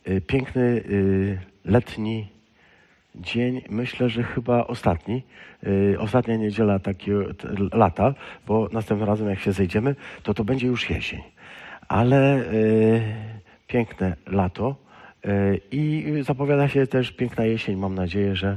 Piękny letni dzień, myślę, że chyba ostatnia niedziela takiego lata, bo następnym razem jak się zejdziemy, to będzie już jesień. Ale piękne lato i zapowiada się też piękna jesień. Mam nadzieję, że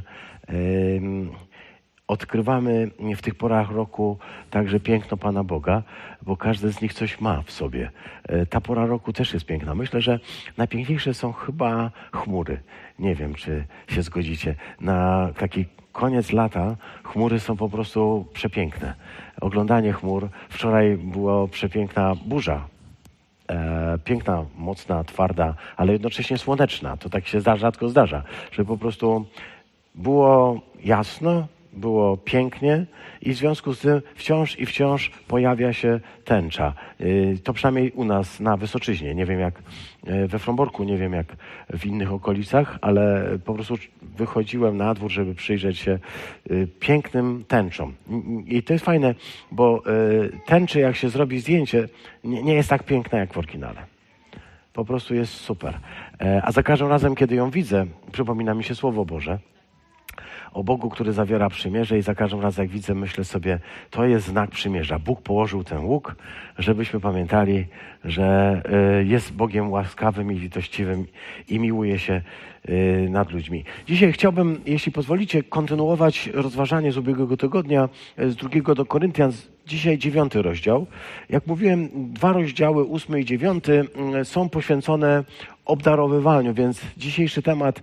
odkrywamy w tych porach roku także piękno Pana Boga, bo każdy z nich coś ma w sobie. Ta pora roku też jest piękna. Myślę, że najpiękniejsze są chyba chmury. Nie wiem, czy się zgodzicie. Na taki koniec lata chmury są po prostu przepiękne. Oglądanie chmur. Wczoraj była przepiękna burza. Piękna, mocna, twarda, ale jednocześnie słoneczna. To tak się rzadko zdarza, że po prostu było jasno, było pięknie i w związku z tym wciąż pojawia się tęcza. To przynajmniej u nas na Wysoczyźnie. Nie wiem jak we Fromborku, nie wiem jak w innych okolicach, ale po prostu wychodziłem na dwór, żeby przyjrzeć się pięknym tęczom. I to jest fajne, bo tęczy jak się zrobi zdjęcie, nie jest tak piękna jak w oryginale. Po prostu jest super. A za każdym razem, kiedy ją widzę, przypomina mi się Słowo Boże o Bogu, który zawiera przymierze i za każdym razem jak widzę, myślę sobie, to jest znak przymierza. Bóg położył ten łuk, żebyśmy pamiętali, że jest Bogiem łaskawym i litościwym i miłuje się nad ludźmi. Dzisiaj chciałbym, jeśli pozwolicie, kontynuować rozważanie z ubiegłego tygodnia z 2 do Koryntian. Dzisiaj 9 rozdział. Jak mówiłem, 2 rozdziały, 8 i 9 są poświęcone obdarowywaniu, więc dzisiejszy temat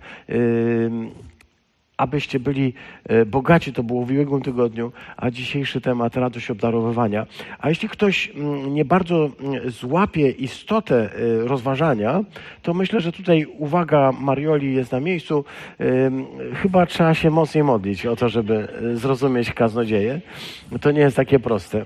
abyście byli bogaci, to było w ubiegłym tygodniu, a dzisiejszy temat radość obdarowywania. A jeśli ktoś nie bardzo złapie istotę rozważania, to myślę, że tutaj uwaga Marioli jest na miejscu. Chyba trzeba się mocniej modlić o to, żeby zrozumieć kaznodzieję. To nie jest takie proste.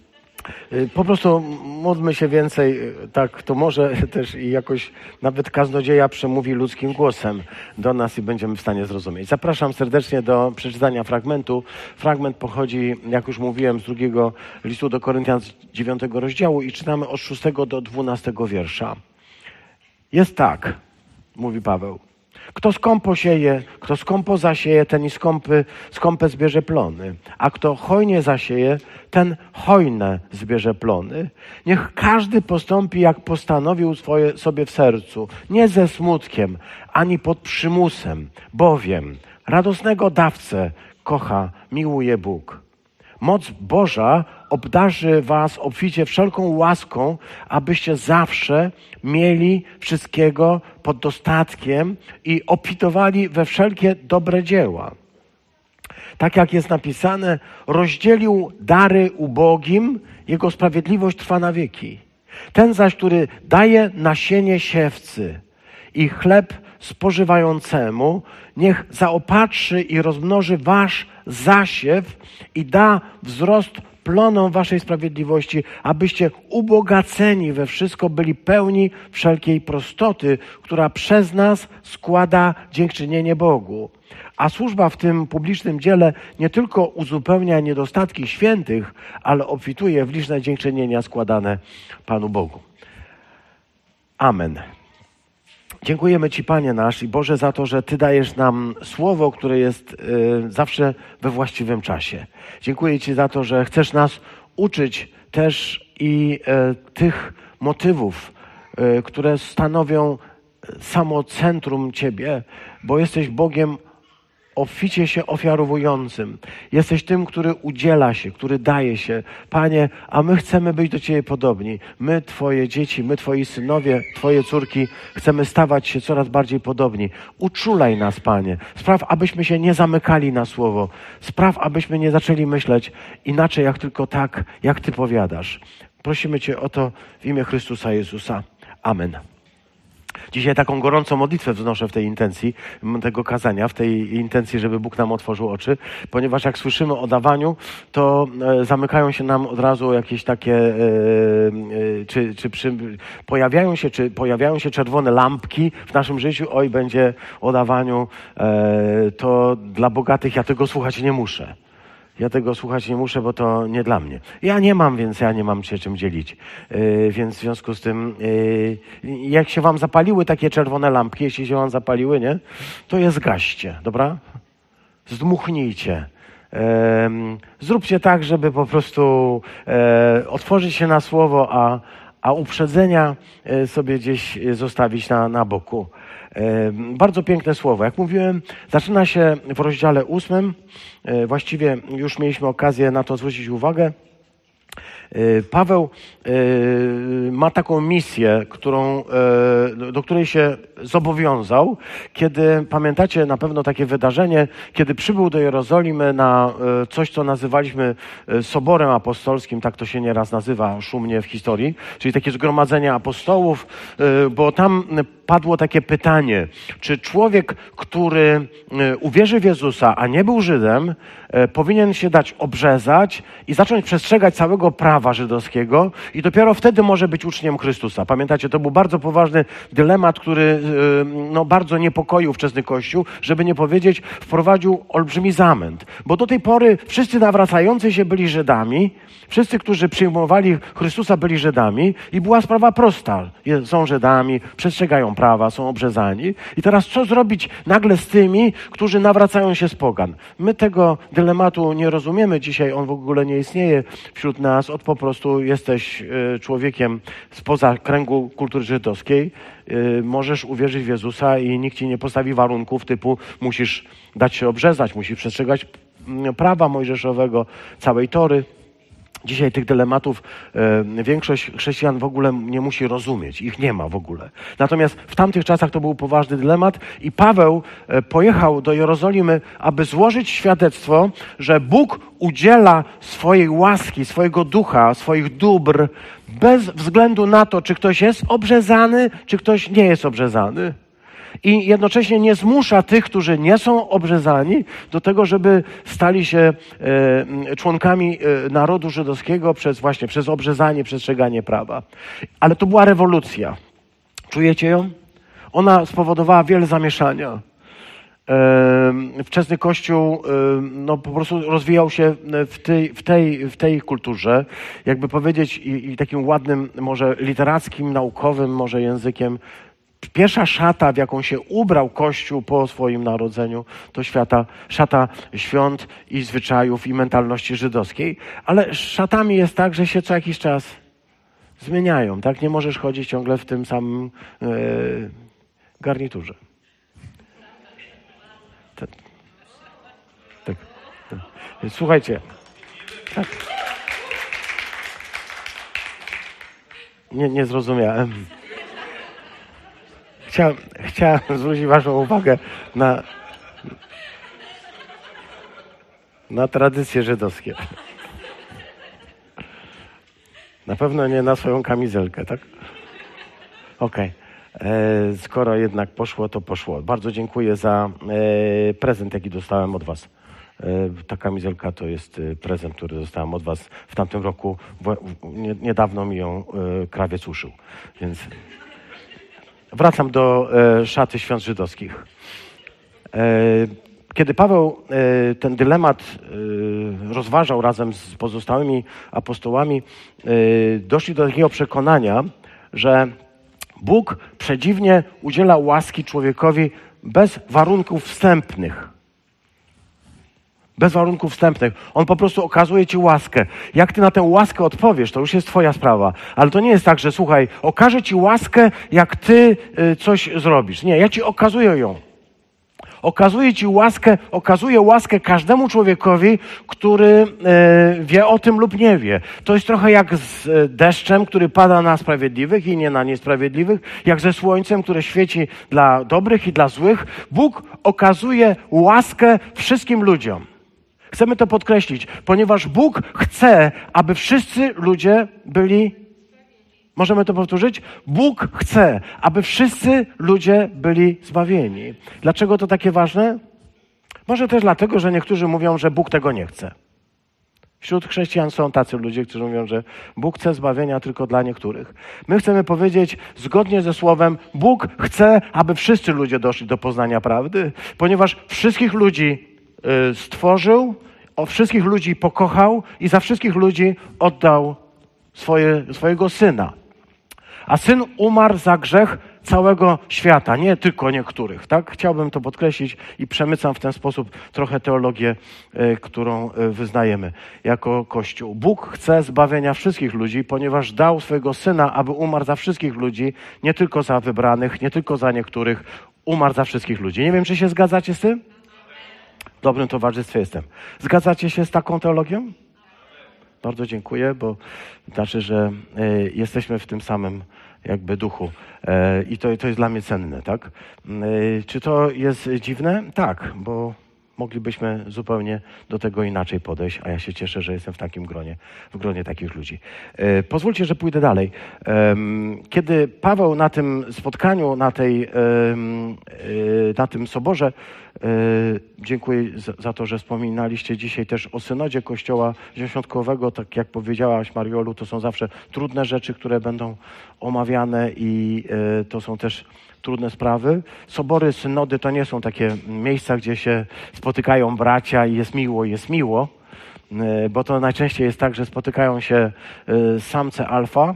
Po prostu módlmy się więcej, tak to może też i jakoś nawet kaznodzieja przemówi ludzkim głosem do nas i będziemy w stanie zrozumieć. Zapraszam serdecznie do przeczytania fragmentu. Fragment pochodzi, jak już mówiłem, z 2 listu do Koryntian z 9 rozdziału i czytamy od 6 do 12 wiersza. Jest tak, mówi Paweł. Kto skąpo sieje, kto skąpo zasieje, ten i skąpe zbierze plony. A kto hojnie zasieje, ten hojne zbierze plony. Niech każdy postąpi, jak postanowił sobie w sercu, nie ze smutkiem, ani pod przymusem, bowiem radosnego dawcę kocha, miłuje Bóg. Moc Boża obdarzy was obficie wszelką łaską, abyście zawsze mieli wszystkiego pod dostatkiem i obfitowali we wszelkie dobre dzieła. Tak jak jest napisane, rozdzielił dary ubogim, jego sprawiedliwość trwa na wieki. Ten zaś, który daje nasienie siewcy i chleb spożywającemu, niech zaopatrzy i rozmnoży wasz zasiew i da wzrost plonom waszej sprawiedliwości, abyście ubogaceni we wszystko byli pełni wszelkiej prostoty, która przez nas składa dziękczynienie Bogu. A służba w tym publicznym dziele nie tylko uzupełnia niedostatki świętych, ale obfituje w liczne dziękczynienia składane Panu Bogu. Amen. Dziękujemy Ci, Panie nasz i Boże, za to, że Ty dajesz nam słowo, które jest zawsze we właściwym czasie. Dziękuję Ci za to, że chcesz nas uczyć też i tych motywów, które stanowią samo centrum Ciebie, bo jesteś Bogiem obficie się ofiarowującym. Jesteś tym, który udziela się, który daje się. Panie, a my chcemy być do Ciebie podobni. My, Twoje dzieci, my, Twoi synowie, Twoje córki, chcemy stawać się coraz bardziej podobni. Uczulaj nas, Panie. Spraw, abyśmy się nie zamykali na słowo. Spraw, abyśmy nie zaczęli myśleć inaczej, jak tylko tak, jak Ty powiadasz. Prosimy Cię o to w imię Chrystusa Jezusa. Amen. Dzisiaj taką gorącą modlitwę wznoszę w tej intencji tego kazania, w tej intencji, żeby Bóg nam otworzył oczy, ponieważ jak słyszymy o dawaniu, to zamykają się nam od razu jakieś takie, pojawiają się czerwone lampki w naszym życiu, oj, będzie o dawaniu, to dla bogatych ja tego słuchać nie muszę. Ja tego słuchać nie muszę, bo to nie dla mnie. Ja nie mam, więc ja nie mam się czym dzielić. Więc w związku z tym, jak się wam zapaliły takie czerwone lampki, jeśli się wam zapaliły, nie? To je zgaście, dobra? Zdmuchnijcie. Zróbcie tak, żeby po prostu otworzyć się na słowo, a uprzedzenia sobie gdzieś zostawić na boku. Bardzo piękne słowo. Jak mówiłem, zaczyna się w rozdziale 8. Właściwie już mieliśmy okazję na to zwrócić uwagę. Paweł ma taką misję, do której się zobowiązał, kiedy, pamiętacie na pewno takie wydarzenie, kiedy przybył do Jerozolimy na coś, co nazywaliśmy Soborem Apostolskim, tak to się nieraz nazywa szumnie w historii, czyli takie zgromadzenie apostołów, bo tam padło takie pytanie, czy człowiek, który uwierzy w Jezusa, a nie był Żydem, powinien się dać obrzezać i zacząć przestrzegać całego prawa żydowskiego i dopiero wtedy może być uczniem Chrystusa. Pamiętacie, to był bardzo poważny dylemat, który bardzo niepokoił ówczesny Kościół, żeby nie powiedzieć, wprowadził olbrzymi zamęt. Bo do tej pory wszyscy nawracający się byli Żydami, wszyscy, którzy przyjmowali Chrystusa, byli Żydami i była sprawa prosta. Są Żydami, przestrzegają prawa, są obrzezani. I teraz co zrobić nagle z tymi, którzy nawracają się z pogan? My tego dylematu nie rozumiemy dzisiaj, on w ogóle nie istnieje wśród nas. Po prostu jesteś człowiekiem spoza kręgu kultury żydowskiej, możesz uwierzyć w Jezusa i nikt ci nie postawi warunków typu musisz dać się obrzezać, musisz przestrzegać prawa mojżeszowego, całej Tory. Dzisiaj tych dylematów większość chrześcijan w ogóle nie musi rozumieć. Ich nie ma w ogóle. Natomiast w tamtych czasach to był poważny dylemat i Paweł pojechał do Jerozolimy, aby złożyć świadectwo, że Bóg udziela swojej łaski, swojego ducha, swoich dóbr bez względu na to, czy ktoś jest obrzezany, czy ktoś nie jest obrzezany. I jednocześnie nie zmusza tych, którzy nie są obrzezani, do tego, żeby stali się członkami narodu żydowskiego przez obrzezanie, przestrzeganie prawa. Ale to była rewolucja. Czujecie ją? Ona spowodowała wiele zamieszania. Wczesny Kościół po prostu rozwijał się w tej kulturze, jakby powiedzieć i takim ładnym, może literackim, naukowym może językiem. Pierwsza szata, w jaką się ubrał Kościół po swoim narodzeniu, to szata świąt i zwyczajów i mentalności żydowskiej. Ale szatami jest tak, że się co jakiś czas zmieniają. Tak? Nie możesz chodzić ciągle w tym samym garniturze. Tak. Słuchajcie. Tak. Nie zrozumiałem. Chciałem zwrócić waszą uwagę na tradycje żydowskie. Na pewno nie na swoją kamizelkę, tak? Okej. Skoro jednak poszło, to poszło. Bardzo dziękuję za prezent, jaki dostałem od was. Ta kamizelka to jest prezent, który dostałem od was w tamtym roku. Niedawno mi ją krawiec uszył, więc... Wracam do szaty świąt żydowskich. Kiedy Paweł ten dylemat rozważał razem z pozostałymi apostołami, doszli do takiego przekonania, że Bóg przedziwnie udziela łaski człowiekowi bez warunków wstępnych. Bez warunków wstępnych. On po prostu okazuje ci łaskę. Jak ty na tę łaskę odpowiesz, to już jest twoja sprawa. Ale to nie jest tak, że słuchaj, okażę ci łaskę, jak ty coś zrobisz. Nie, ja ci okazuję ją. Okazuję łaskę każdemu człowiekowi, który wie o tym lub nie wie. To jest trochę jak z deszczem, który pada na sprawiedliwych i nie na niesprawiedliwych, jak ze słońcem, które świeci dla dobrych i dla złych. Bóg okazuje łaskę wszystkim ludziom. Chcemy to podkreślić, ponieważ Bóg chce, aby wszyscy ludzie byli... Możemy to powtórzyć? Bóg chce, aby wszyscy ludzie byli zbawieni. Dlaczego to takie ważne? Może też dlatego, że niektórzy mówią, że Bóg tego nie chce. Wśród chrześcijan są tacy ludzie, którzy mówią, że Bóg chce zbawienia tylko dla niektórych. My chcemy powiedzieć, zgodnie ze słowem, Bóg chce, aby wszyscy ludzie doszli do poznania prawdy, ponieważ wszystkich ludzi stworzył, wszystkich ludzi pokochał i za wszystkich ludzi oddał swojego Syna. A Syn umarł za grzech całego świata, nie tylko niektórych. Tak? Chciałbym to podkreślić i przemycam w ten sposób trochę teologię, którą wyznajemy jako Kościół. Bóg chce zbawienia wszystkich ludzi, ponieważ dał swojego Syna, aby umarł za wszystkich ludzi, nie tylko za wybranych, nie tylko za niektórych, umarł za wszystkich ludzi. Nie wiem, czy się zgadzacie z tym? W dobrym towarzystwie jestem. Zgadzacie się z taką teologią? Bardzo dziękuję, bo znaczy, że jesteśmy w tym samym jakby duchu i to jest dla mnie cenne, tak? Czy to jest dziwne? Tak, bo moglibyśmy zupełnie do tego inaczej podejść, a ja się cieszę, że jestem w gronie takich ludzi. Pozwólcie, że pójdę dalej. Kiedy Paweł na tym spotkaniu, na tym soborze, dziękuję za to, że wspominaliście dzisiaj też o synodzie Kościoła Zielonoświątkowego, tak jak powiedziałaś, Mariolu, to są zawsze trudne rzeczy, które będą omawiane i to są też trudne sprawy. Sobory, synody to nie są takie miejsca, gdzie się spotykają bracia i jest miło, bo to najczęściej jest tak, że spotykają się samce alfa.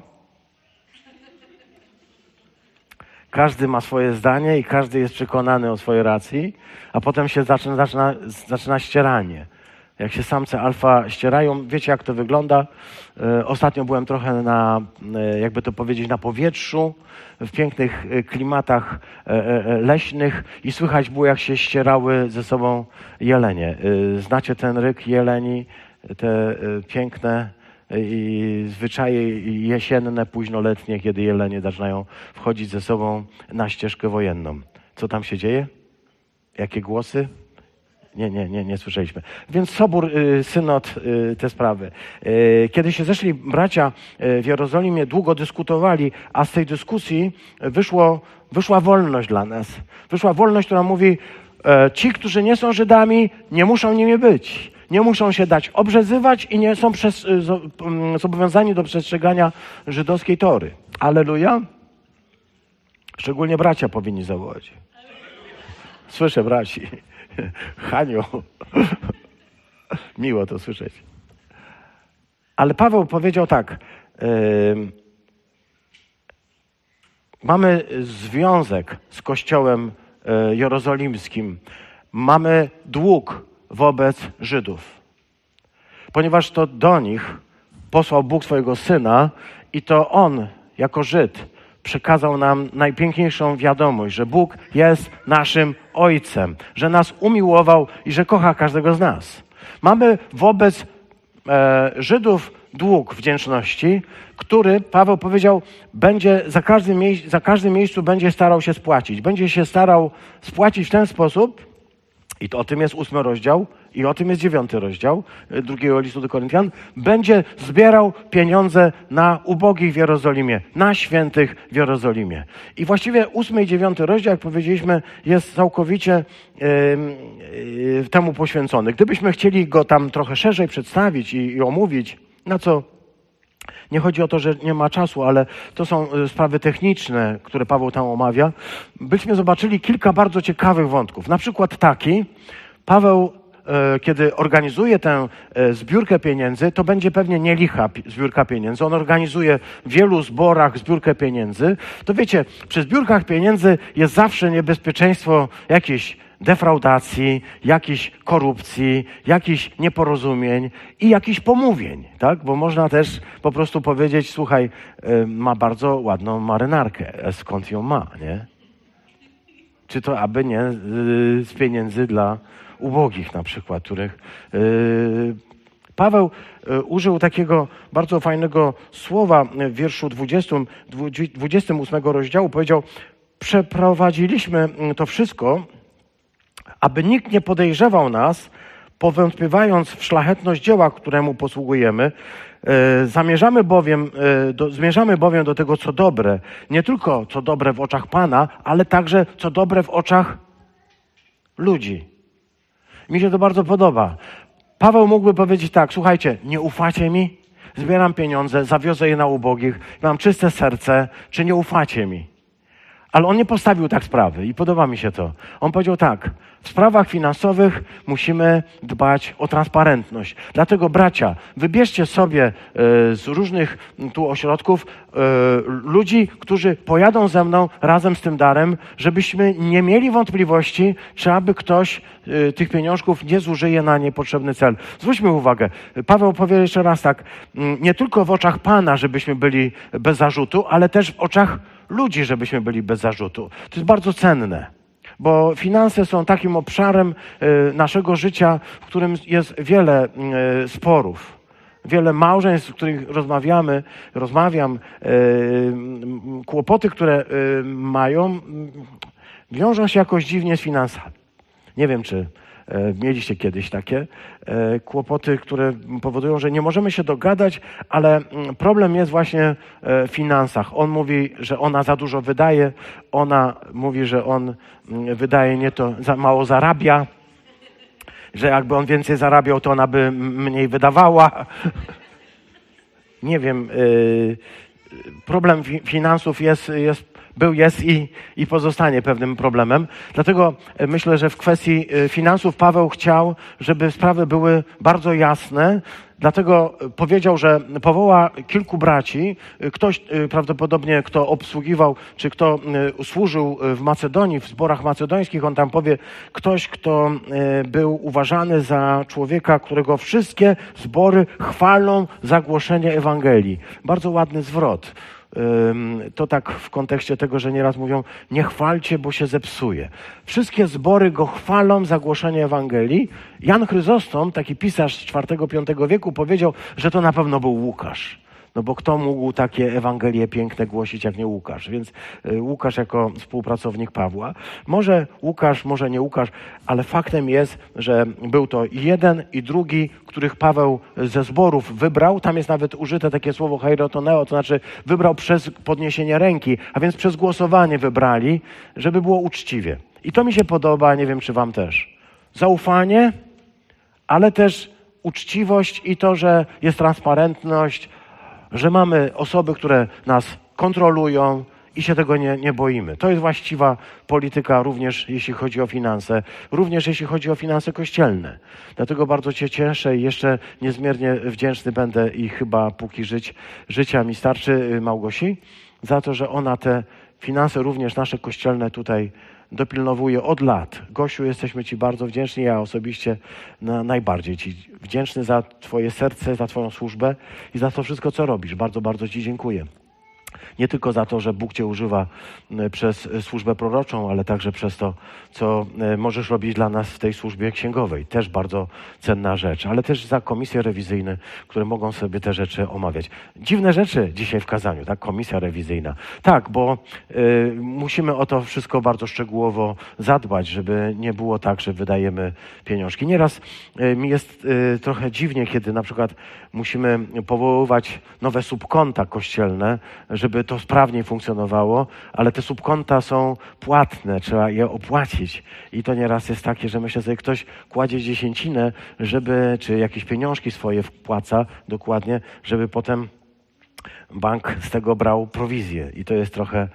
Każdy ma swoje zdanie i każdy jest przekonany o swojej racji, a potem się zaczyna ścieranie. Jak się samce alfa ścierają, wiecie jak to wygląda. Ostatnio byłem trochę jakby to powiedzieć, na powietrzu, w pięknych klimatach leśnych i słychać było, jak się ścierały ze sobą jelenie. Znacie ten ryk jeleni, te piękne i zwyczaje jesienne, późnoletnie, kiedy jelenie zaczynają wchodzić ze sobą na ścieżkę wojenną. Co tam się dzieje? Jakie głosy? Nie słyszeliśmy. Więc sobór, synod, te sprawy. Kiedy się zeszli bracia w Jerozolimie, długo dyskutowali, a z tej dyskusji wyszła wolność dla nas. Wyszła wolność, która mówi, ci, którzy nie są Żydami, nie muszą nimi być. Nie muszą się dać obrzezywać i nie są zobowiązani do przestrzegania żydowskiej tory. Alleluja. Szczególnie bracia powinni zawołać. Słyszę braci. Haniu, miło to słyszeć. Ale Paweł powiedział tak, mamy związek z Kościołem Jerozolimskim, mamy dług wobec Żydów, ponieważ to do nich posłał Bóg swojego Syna i to On, jako Żyd, przekazał nam najpiękniejszą wiadomość, że Bóg jest naszym Ojcem, że nas umiłował i że kocha każdego z nas. Mamy wobec Żydów dług wdzięczności, który, Paweł powiedział, będzie za każdym miejscu będzie starał się spłacić. Będzie się starał spłacić w ten sposób, i to o tym jest 8 rozdział i o tym jest 9 rozdział drugiego listu do Koryntian, będzie zbierał pieniądze na ubogich w Jerozolimie, na świętych w Jerozolimie. I właściwie 8 i 9 rozdział, jak powiedzieliśmy, jest całkowicie temu poświęcony. Gdybyśmy chcieli go tam trochę szerzej przedstawić i omówić, na co nie chodzi o to, że nie ma czasu, ale to są sprawy techniczne, które Paweł tam omawia, byśmy zobaczyli kilka bardzo ciekawych wątków. Na przykład taki, Paweł, kiedy organizuje tę zbiórkę pieniędzy, to będzie pewnie nie licha zbiórka pieniędzy. On organizuje w wielu zborach zbiórkę pieniędzy. To wiecie, przy zbiórkach pieniędzy jest zawsze niebezpieczeństwo jakiejś defraudacji, jakiejś korupcji, jakichś nieporozumień i jakichś pomówień, tak? Bo można też po prostu powiedzieć, słuchaj, ma bardzo ładną marynarkę, skąd ją ma, nie? Czy to aby nie z pieniędzy dla ubogich na przykład, których Paweł użył takiego bardzo fajnego słowa w wierszu 28 rozdziału. Powiedział, przeprowadziliśmy to wszystko, aby nikt nie podejrzewał powątpiewając w szlachetność dzieła, któremu posługujemy. Zmierzamy bowiem do tego, co dobre. Nie tylko co dobre w oczach Pana, ale także co dobre w oczach ludzi. Mi się to bardzo podoba. Paweł mógłby powiedzieć tak, słuchajcie, nie ufacie mi? Zbieram pieniądze, zawiozę je na ubogich, mam czyste serce, czy nie ufacie mi? Ale on nie postawił tak sprawy i podoba mi się to. On powiedział tak, w sprawach finansowych musimy dbać o transparentność. Dlatego bracia, wybierzcie sobie z różnych tu ośrodków ludzi, którzy pojadą ze mną razem z tym darem, żebyśmy nie mieli wątpliwości, czy aby ktoś tych pieniążków nie zużyje na niepotrzebny cel. Zwróćmy uwagę, Paweł powie jeszcze raz tak, nie tylko w oczach Pana, żebyśmy byli bez zarzutu, ale też w oczach ludzi, żebyśmy byli bez zarzutu. To jest bardzo cenne, bo finanse są takim obszarem naszego życia, w którym jest wiele sporów. Wiele małżeństw, z których rozmawiam, kłopoty, które mają, wiążą się jakoś dziwnie z finansami. Nie wiem, czy mieliście kiedyś takie kłopoty, które powodują, że nie możemy się dogadać, ale problem jest właśnie w finansach. On mówi, że ona za dużo wydaje, ona mówi, że on wydaje nie to, za mało zarabia, że jakby on więcej zarabiał, to ona by mniej wydawała. Nie wiem, problem finansów jest i pozostanie pewnym problemem. Dlatego myślę, że w kwestii finansów Paweł chciał, żeby sprawy były bardzo jasne. Dlatego powiedział, że powoła kilku braci, ktoś prawdopodobnie, kto obsługiwał, czy kto służył w Macedonii, w zborach macedońskich, on tam powie, ktoś, kto był uważany za człowieka, którego wszystkie zbory chwalą za głoszenie Ewangelii. Bardzo ładny zwrot. To tak w kontekście tego, że nieraz mówią, nie chwalcie, bo się zepsuje. Wszystkie zbory go chwalą za głoszenie Ewangelii. Jan Chryzostom, taki pisarz z IV-V wieku, powiedział, że to na pewno był Łukasz. No bo kto mógł takie Ewangelie piękne głosić, jak nie Łukasz? Więc Łukasz jako współpracownik Pawła. Może Łukasz, może nie Łukasz, ale faktem jest, że był to jeden i drugi, których Paweł ze zborów wybrał. Tam jest nawet użyte takie słowo heirotoneo, to znaczy wybrał przez podniesienie ręki, a więc przez głosowanie wybrali, żeby było uczciwie. I to mi się podoba, nie wiem, czy wam też. Zaufanie, ale też uczciwość i to, że jest transparentność, że mamy osoby, które nas kontrolują i się tego nie boimy. To jest właściwa polityka również jeśli chodzi o finanse, również jeśli chodzi o finanse kościelne. Dlatego bardzo się cieszę i jeszcze niezmiernie wdzięczny będę i chyba póki życia mi starczy Małgosi, za to, że ona te finanse również nasze kościelne tutaj dopilnowuje od lat. Gosiu, jesteśmy Ci bardzo wdzięczni, ja osobiście najbardziej Ci wdzięczny za Twoje serce, za Twoją służbę i za to wszystko, co robisz. Bardzo, bardzo Ci dziękuję. Nie tylko za to, że Bóg Cię używa przez służbę proroczą, ale także przez to, co możesz robić dla nas w tej służbie księgowej. Też bardzo cenna rzecz, ale też za komisje rewizyjne, które mogą sobie te rzeczy omawiać. Dziwne rzeczy dzisiaj w kazaniu, tak? Komisja rewizyjna. Tak, bo musimy o to wszystko bardzo szczegółowo zadbać, żeby nie było tak, że wydajemy pieniążki. Nieraz mi jest trochę dziwnie, kiedy na przykład musimy powoływać nowe subkonta kościelne, żeby to sprawniej funkcjonowało, ale te subkonta są płatne, trzeba je opłacić. I to nieraz jest takie, że myślę sobie, ktoś kładzie dziesięcinę, czy jakieś pieniążki swoje wpłaca dokładnie, żeby potem bank z tego brał prowizję. I to jest trochę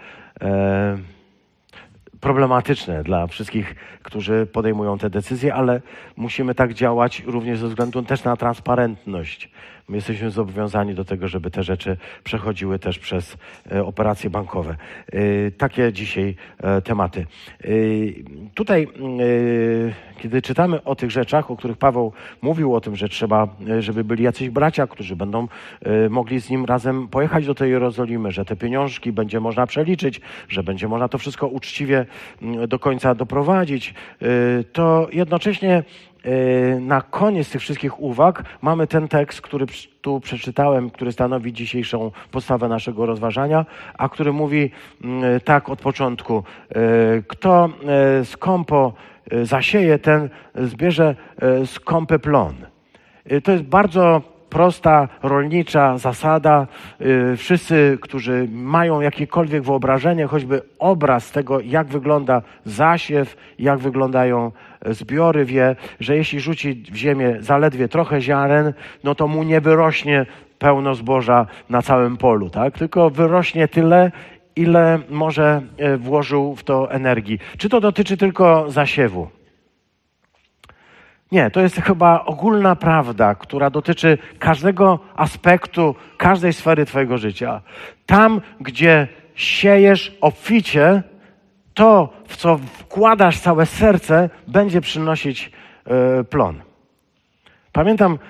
problematyczne dla wszystkich, którzy podejmują te decyzje, ale musimy tak działać również ze względu też na transparentność. My jesteśmy zobowiązani do tego, żeby te rzeczy przechodziły też przez operacje bankowe. Takie dzisiaj tematy. Tutaj, kiedy czytamy o tych rzeczach, o których Paweł mówił o tym, że trzeba, żeby byli jacyś bracia, którzy będą mogli z nim razem pojechać do tej Jerozolimy, że te pieniążki będzie można przeliczyć, że będzie można to wszystko uczciwie do końca doprowadzić, to jednocześnie na koniec tych wszystkich uwag mamy ten tekst, który tu przeczytałem, który stanowi dzisiejszą podstawę naszego rozważania, a który mówi tak od początku. Kto skąpo zasieje, ten zbierze skąpy plon. To jest bardzo prosta, rolnicza zasada. Wszyscy, którzy mają jakiekolwiek wyobrażenie, choćby obraz tego, jak wygląda zasiew, jak wyglądają zbiory, wie, że jeśli rzuci w ziemię zaledwie trochę ziaren, no to mu nie wyrośnie pełno zboża na całym polu, tak? Tylko wyrośnie tyle ile może włożył w to energii. Czy to dotyczy tylko zasiewu? Nie, to jest chyba ogólna prawda, która dotyczy każdego aspektu, każdej sfery twojego życia. Tam, gdzie siejesz obficie, to, w co wkładasz całe serce, będzie przynosić plon. Pamiętam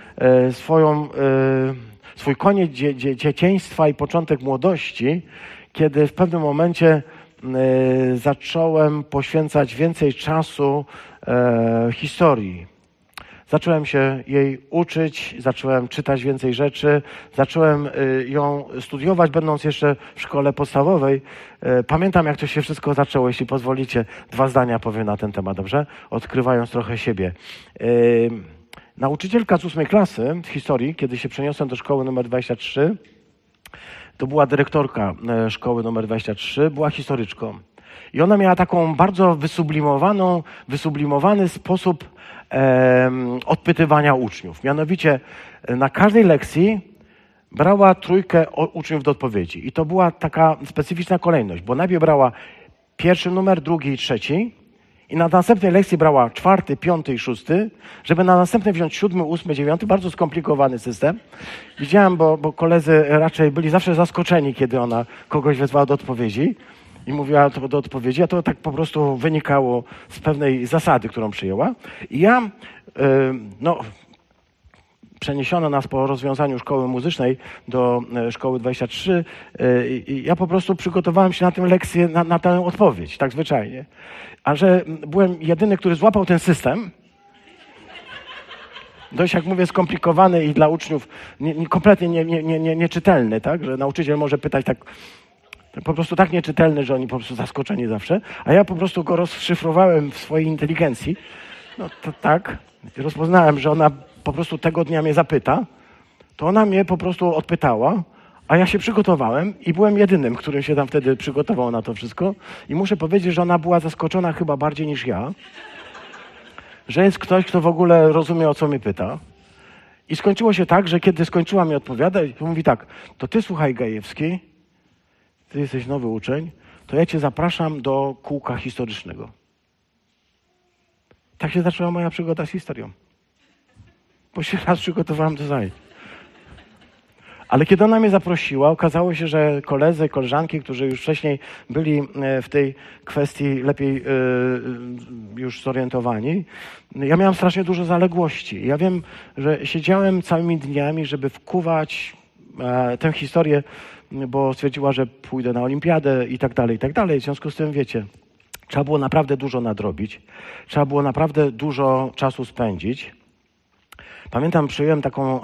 swój koniec dzieciństwa i początek młodości, kiedy w pewnym momencie zacząłem poświęcać więcej czasu historii. Zacząłem się jej uczyć, zacząłem czytać więcej rzeczy, zacząłem ją studiować, będąc jeszcze w szkole podstawowej. Pamiętam, jak to się wszystko zaczęło, jeśli pozwolicie. 2 zdania powiem na ten temat, dobrze? Odkrywając trochę siebie. Nauczycielka z 8 klasy historii, kiedy się przeniosłem do szkoły numer 23, to była dyrektorka szkoły numer 23, była historyczką. I ona miała taką bardzo wysublimowany sposób odpytywania uczniów. Mianowicie na każdej lekcji brała 3 uczniów do odpowiedzi. I to była taka specyficzna kolejność, bo najpierw brała pierwszy numer, drugi i trzeci i na następnej lekcji brała 4., 5. i 6., żeby na następnej wziąć 7., 8., 9. Bardzo skomplikowany system. Widziałem, bo koledzy raczej byli zawsze zaskoczeni, kiedy ona kogoś wezwała do odpowiedzi i mówiła to do odpowiedzi, a to tak po prostu wynikało z pewnej zasady, którą przyjęła. I ja, przeniesiono nas po rozwiązaniu szkoły muzycznej do szkoły 23, ja po prostu przygotowałem się na tę lekcję, na tę odpowiedź, tak zwyczajnie. A że byłem jedyny, który złapał ten system, dość, jak mówię, skomplikowany i dla uczniów kompletnie nieczytelny, tak? Że nauczyciel może pytać tak po prostu tak nieczytelny, że oni po prostu zaskoczeni zawsze, a ja po prostu go rozszyfrowałem w swojej inteligencji. No to tak, rozpoznałem, że ona po prostu tego dnia mnie zapyta, to ona mnie po prostu odpytała, a ja się przygotowałem i byłem jedynym, którym się tam wtedy przygotował na to wszystko. I muszę powiedzieć, że ona była zaskoczona chyba bardziej niż ja, że jest ktoś, kto w ogóle rozumie, o co mnie pyta. I skończyło się tak, że kiedy skończyła mi odpowiadać, to mówi tak, to ty słuchaj, Gajewski, ty jesteś nowy uczeń, to ja cię zapraszam do kółka historycznego. Tak się zaczęła moja przygoda z historią. Bo się raz przygotowałem do zajęć. Ale kiedy ona mnie zaprosiła, okazało się, że koledzy, koleżanki, którzy już wcześniej byli w tej kwestii lepiej już zorientowani, ja miałem strasznie dużo zaległości. Ja wiem, że siedziałem całymi dniami, żeby wkuwać tę historię, bo stwierdziła, że pójdę na olimpiadę i tak dalej, i tak dalej. W związku z tym, wiecie, trzeba było naprawdę dużo nadrobić. Trzeba było naprawdę dużo czasu spędzić. Pamiętam, przyjąłem taką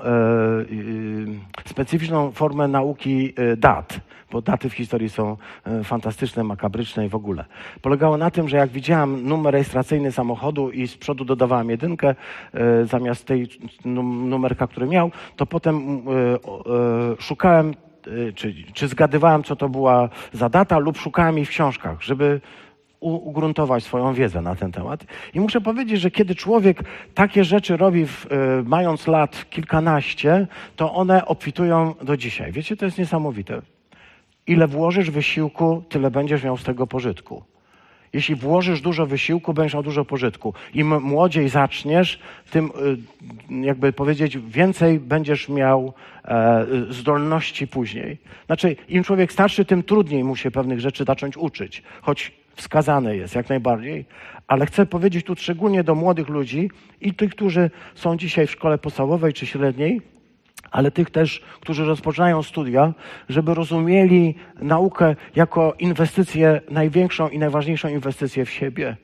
specyficzną formę nauki dat, bo daty w historii są fantastyczne, makabryczne i w ogóle. Polegało na tym, że jak widziałem numer rejestracyjny samochodu i z przodu dodawałem 1 zamiast tej numerka, który miał, to potem szukałem, czy zgadywałem, co to była za data, lub szukałem jej w książkach, żeby ugruntować swoją wiedzę na ten temat. I muszę powiedzieć, że kiedy człowiek takie rzeczy robi, mając lat kilkanaście, to one obfitują do dzisiaj. Wiecie, to jest niesamowite. Ile włożysz wysiłku, tyle będziesz miał z tego pożytku. Jeśli włożysz dużo wysiłku, będziesz miał dużo pożytku. Im młodziej zaczniesz, tym, jakby powiedzieć, więcej będziesz miał zdolności później. Znaczy, im człowiek starszy, tym trudniej mu się pewnych rzeczy zacząć uczyć. Choć wskazane jest, jak najbardziej. Ale chcę powiedzieć tu szczególnie do młodych ludzi i tych, którzy są dzisiaj w szkole podstawowej czy średniej, ale tych też, którzy rozpoczynają studia, żeby rozumieli naukę jako inwestycję, największą i najważniejszą inwestycję w siebie.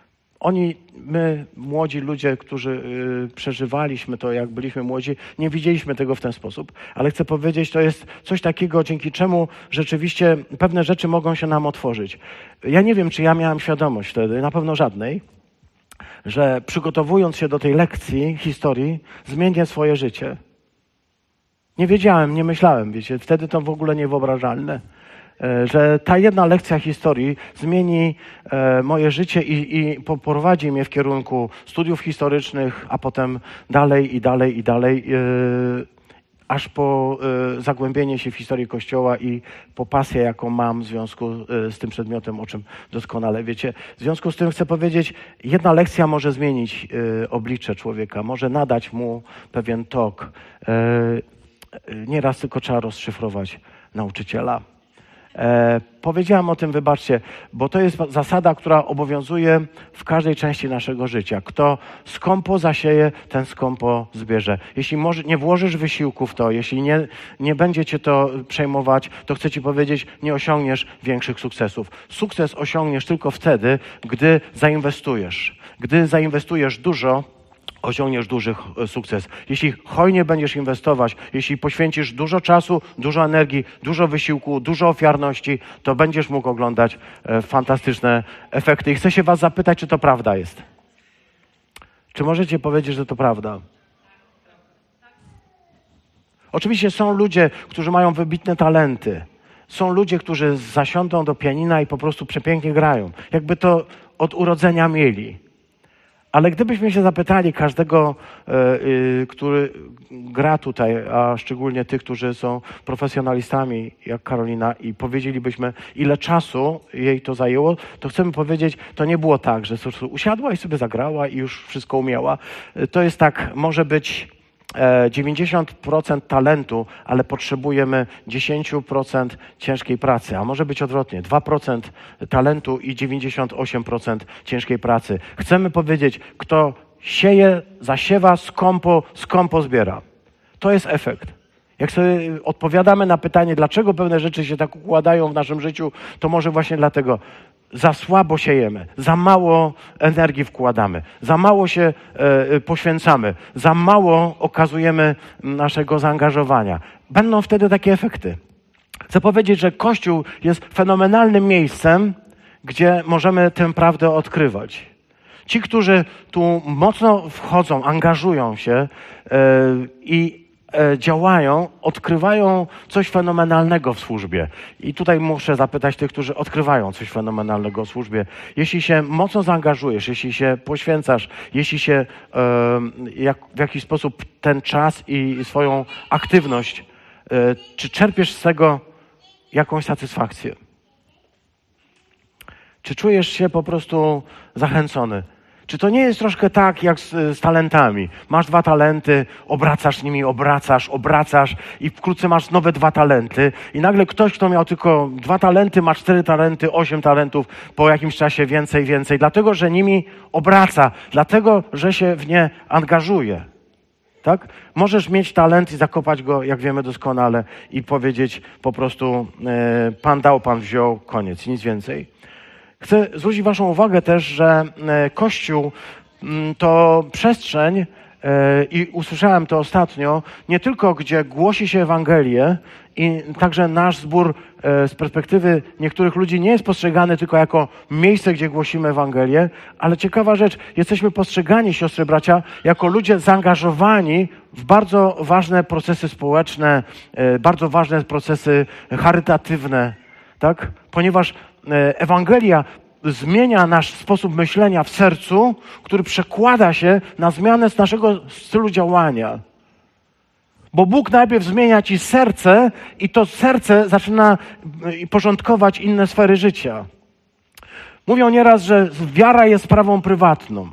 My, młodzi ludzie, którzy przeżywaliśmy to, jak byliśmy młodzi, nie widzieliśmy tego w ten sposób. Ale chcę powiedzieć, to jest coś takiego, dzięki czemu rzeczywiście pewne rzeczy mogą się nam otworzyć. Ja nie wiem, czy ja miałem świadomość wtedy, na pewno żadnej, że przygotowując się do tej lekcji historii, zmienię swoje życie. Nie wiedziałem, nie myślałem, wiecie, wtedy to w ogóle niewyobrażalne, że ta jedna lekcja historii zmieni moje życie i poprowadzi mnie w kierunku studiów historycznych, a potem dalej i dalej i dalej. aż po zagłębienie się w historię Kościoła i po pasję, jaką mam w związku z tym przedmiotem, o czym doskonale wiecie. W związku z tym chcę powiedzieć, jedna lekcja może zmienić oblicze człowieka, może nadać mu pewien tok. Nieraz tylko trzeba rozszyfrować nauczyciela. Powiedziałem o tym, wybaczcie, bo to jest zasada, która obowiązuje w każdej części naszego życia. Kto skąpo zasieje, ten skąpo zbierze. Jeśli nie włożysz wysiłku w to, jeśli nie będzie cię to przejmować, to chcę ci powiedzieć, nie osiągniesz większych sukcesów. Sukces osiągniesz tylko wtedy, gdy zainwestujesz. Gdy zainwestujesz dużo, osiągniesz duży sukces. Jeśli hojnie będziesz inwestować, jeśli poświęcisz dużo czasu, dużo energii, dużo wysiłku, dużo ofiarności, to będziesz mógł oglądać fantastyczne efekty. I chcę się was zapytać, czy to prawda jest? Czy możecie powiedzieć, że to prawda? Oczywiście są ludzie, którzy mają wybitne talenty. Są ludzie, którzy zasiądą do pianina i po prostu przepięknie grają. Jakby to od urodzenia mieli. Ale gdybyśmy się zapytali każdego, który gra tutaj, a szczególnie tych, którzy są profesjonalistami, jak Karolina, i powiedzielibyśmy, ile czasu jej to zajęło, to chcemy powiedzieć, to nie było tak, że usiadła i sobie zagrała i już wszystko umiała. To jest tak, może być 90% talentu, ale potrzebujemy 10% ciężkiej pracy, a może być odwrotnie, 2% talentu i 98% ciężkiej pracy. Chcemy powiedzieć, kto sieje, zasiewa, skąpo zbiera. To jest efekt. Jak sobie odpowiadamy na pytanie, dlaczego pewne rzeczy się tak układają w naszym życiu, to może właśnie dlatego. Za słabo siejemy, za mało energii wkładamy, za mało się poświęcamy, za mało okazujemy naszego zaangażowania. Będą wtedy takie efekty. Chcę powiedzieć, że Kościół jest fenomenalnym miejscem, gdzie możemy tę prawdę odkrywać. Ci, którzy tu mocno wchodzą, angażują się i działają, odkrywają coś fenomenalnego w służbie. I tutaj muszę zapytać tych, którzy odkrywają coś fenomenalnego w służbie. Jeśli się mocno zaangażujesz, jeśli się poświęcasz, jeśli się w jakiś sposób ten czas i swoją aktywność, czy czerpiesz z tego jakąś satysfakcję? Czy czujesz się po prostu zachęcony? Czy to nie jest troszkę tak, jak z talentami? Masz 2 talenty, obracasz nimi, obracasz i wkrótce masz nowe 2 talenty i nagle ktoś, kto miał tylko 2 talenty, ma 4 talenty, 8 talentów, po jakimś czasie więcej, dlatego, że nimi obraca, dlatego, że się w nie angażuje. Tak? Możesz mieć talent i zakopać go, jak wiemy doskonale, i powiedzieć po prostu Pan dał, Pan wziął, koniec, nic więcej. Chcę zwrócić waszą uwagę też, że Kościół to przestrzeń, i usłyszałem to ostatnio, nie tylko gdzie głosi się Ewangelię i także nasz zbór z perspektywy niektórych ludzi nie jest postrzegany tylko jako miejsce, gdzie głosimy Ewangelię, ale ciekawa rzecz, jesteśmy postrzegani, siostry, bracia, jako ludzie zaangażowani w bardzo ważne procesy społeczne, bardzo ważne procesy charytatywne, tak? Ponieważ Ewangelia zmienia nasz sposób myślenia w sercu, który przekłada się na zmianę z naszego stylu działania. Bo Bóg najpierw zmienia ci serce i to serce zaczyna porządkować inne sfery życia. Mówią nieraz, że wiara jest sprawą prywatną.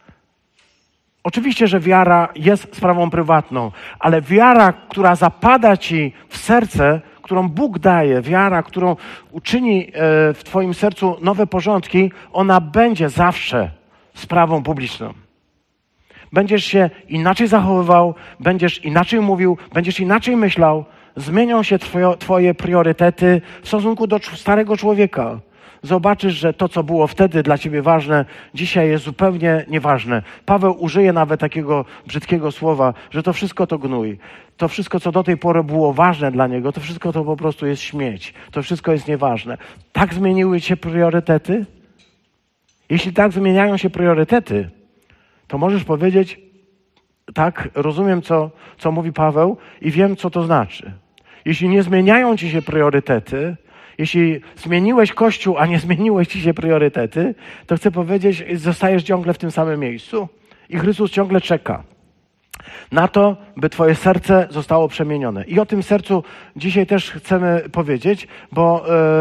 Oczywiście, że wiara jest sprawą prywatną, ale wiara, która zapada ci w serce, którą Bóg daje, wiara, którą uczyni w twoim sercu nowe porządki, ona będzie zawsze sprawą publiczną. Będziesz się inaczej zachowywał, będziesz inaczej mówił, będziesz inaczej myślał, zmienią się twoje priorytety w stosunku do starego człowieka. Zobaczysz, że to, co było wtedy dla ciebie ważne, dzisiaj jest zupełnie nieważne. Paweł użyje nawet takiego brzydkiego słowa, że to wszystko to gnój. To wszystko, co do tej pory było ważne dla niego, to wszystko to po prostu jest śmieć. To wszystko jest nieważne. Tak zmieniły się priorytety? Jeśli tak zmieniają się priorytety, to możesz powiedzieć, tak, rozumiem, co mówi Paweł i wiem, co to znaczy. Jeśli nie zmieniają ci się priorytety, jeśli zmieniłeś Kościół, a nie zmieniłeś ci się priorytety, to chcę powiedzieć, zostajesz ciągle w tym samym miejscu i Chrystus ciągle czeka. Na to, by twoje serce zostało przemienione. I o tym sercu dzisiaj też chcemy powiedzieć, bo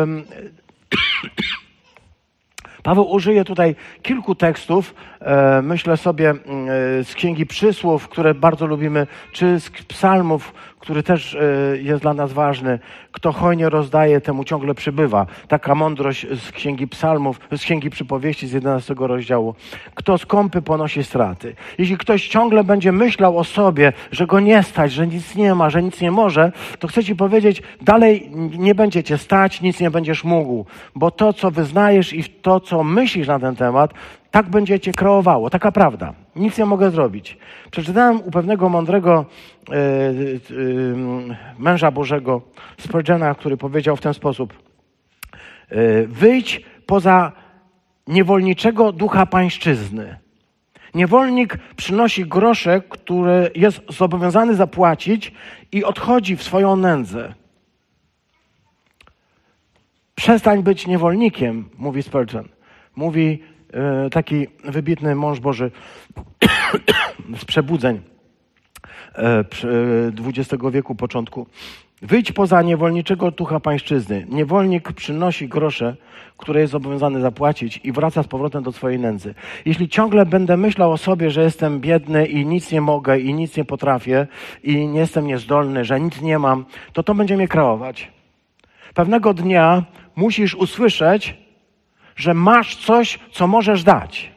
Paweł użyje tutaj kilku tekstów, myślę sobie z Księgi Przysłów, które bardzo lubimy, czy z psalmów, który też jest dla nas ważny. Kto hojnie rozdaje, temu ciągle przybywa. Taka mądrość z Księgi Psalmów, z Księgi Przypowieści z 11 rozdziału. Kto skąpy ponosi straty. Jeśli ktoś ciągle będzie myślał o sobie, że go nie stać, że nic nie ma, że nic nie może, to chcę ci powiedzieć, dalej nie będzie cię stać, nic nie będziesz mógł. Bo to, co wyznajesz i to, co myślisz na ten temat, tak będzie cię kreowało. Taka prawda. Nic nie mogę zrobić. Przeczytałem u pewnego mądrego męża Bożego, Spurgeona, który powiedział w ten sposób. Wyjdź poza niewolniczego ducha pańszczyzny. Niewolnik przynosi grosze, które jest zobowiązany zapłacić i odchodzi w swoją nędzę. Przestań być niewolnikiem, mówi Spurgeon. Mówi taki wybitny mąż Boży z przebudzeń XX wieku początku. Wyjdź poza niewolniczego ducha pańszczyzny. Niewolnik przynosi grosze, które jest zobowiązany zapłacić i wraca z powrotem do swojej nędzy. Jeśli ciągle będę myślał o sobie, że jestem biedny i nic nie mogę i nic nie potrafię i nie jestem niezdolny, że nic nie mam, to będzie mnie kreować. Pewnego dnia musisz usłyszeć, że masz coś, co możesz dać.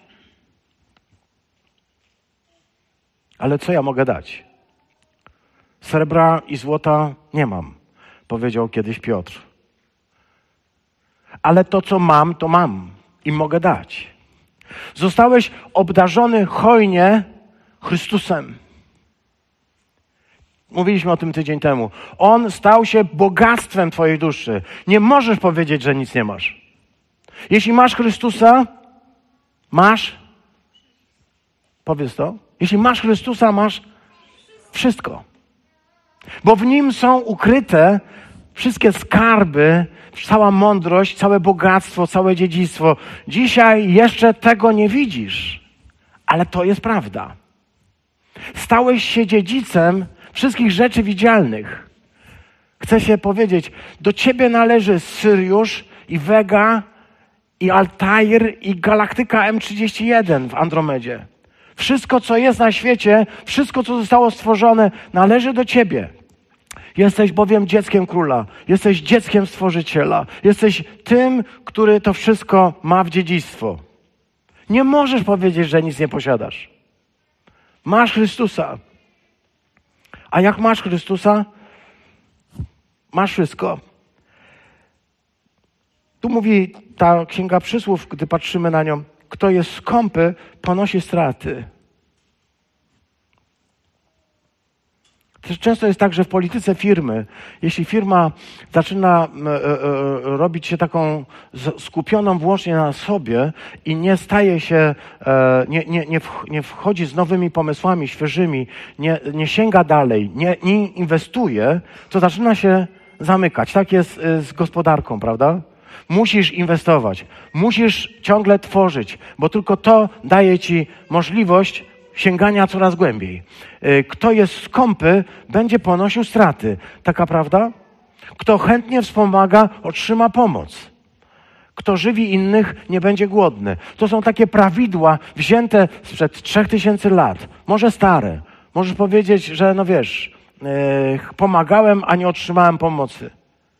Ale co ja mogę dać? Srebra i złota nie mam, powiedział kiedyś Piotr. Ale to, co mam, to mam i mogę dać. Zostałeś obdarzony hojnie Chrystusem. Mówiliśmy o tym tydzień temu. On stał się bogactwem twojej duszy. Nie możesz powiedzieć, że nic nie masz. Jeśli masz Chrystusa, powiedz to, jeśli masz Chrystusa, masz wszystko. Bo w Nim są ukryte wszystkie skarby, cała mądrość, całe bogactwo, całe dziedzictwo. Dzisiaj jeszcze tego nie widzisz, ale to jest prawda. Stałeś się dziedzicem wszystkich rzeczy widzialnych. Chcę się powiedzieć, do ciebie należy Syriusz i Vega, i Altair, i galaktyka M31 w Andromedzie. Wszystko, co jest na świecie, wszystko, co zostało stworzone, należy do ciebie. Jesteś bowiem dzieckiem króla, jesteś dzieckiem Stworzyciela, jesteś tym, który to wszystko ma w dziedzictwo. Nie możesz powiedzieć, że nic nie posiadasz. Masz Chrystusa. A jak masz Chrystusa, masz wszystko. Tu mówi ta Księga Przysłów, gdy patrzymy na nią, kto jest skąpy, ponosi straty. Często jest tak, że w polityce firmy, jeśli firma zaczyna robić się taką skupioną wyłącznie na sobie i nie staje się, nie wchodzi z nowymi pomysłami, świeżymi, nie sięga dalej, nie inwestuje, to zaczyna się zamykać. Tak jest z gospodarką, prawda? Musisz inwestować, musisz ciągle tworzyć, bo tylko to daje ci możliwość sięgania coraz głębiej. Kto jest skąpy, będzie ponosił straty. Taka prawda? Kto chętnie wspomaga, otrzyma pomoc. Kto żywi innych, nie będzie głodny. To są takie prawidła wzięte sprzed 3000 lat. Może stare. Możesz powiedzieć, że no wiesz, pomagałem, a nie otrzymałem pomocy.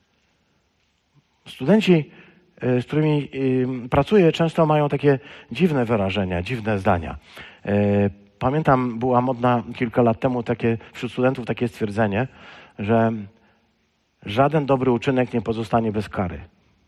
Studenci, z którymi pracuję, często mają takie dziwne wyrażenia, dziwne zdania. Pamiętam, była modna kilka lat temu wśród studentów takie stwierdzenie, że żaden dobry uczynek nie pozostanie bez kary.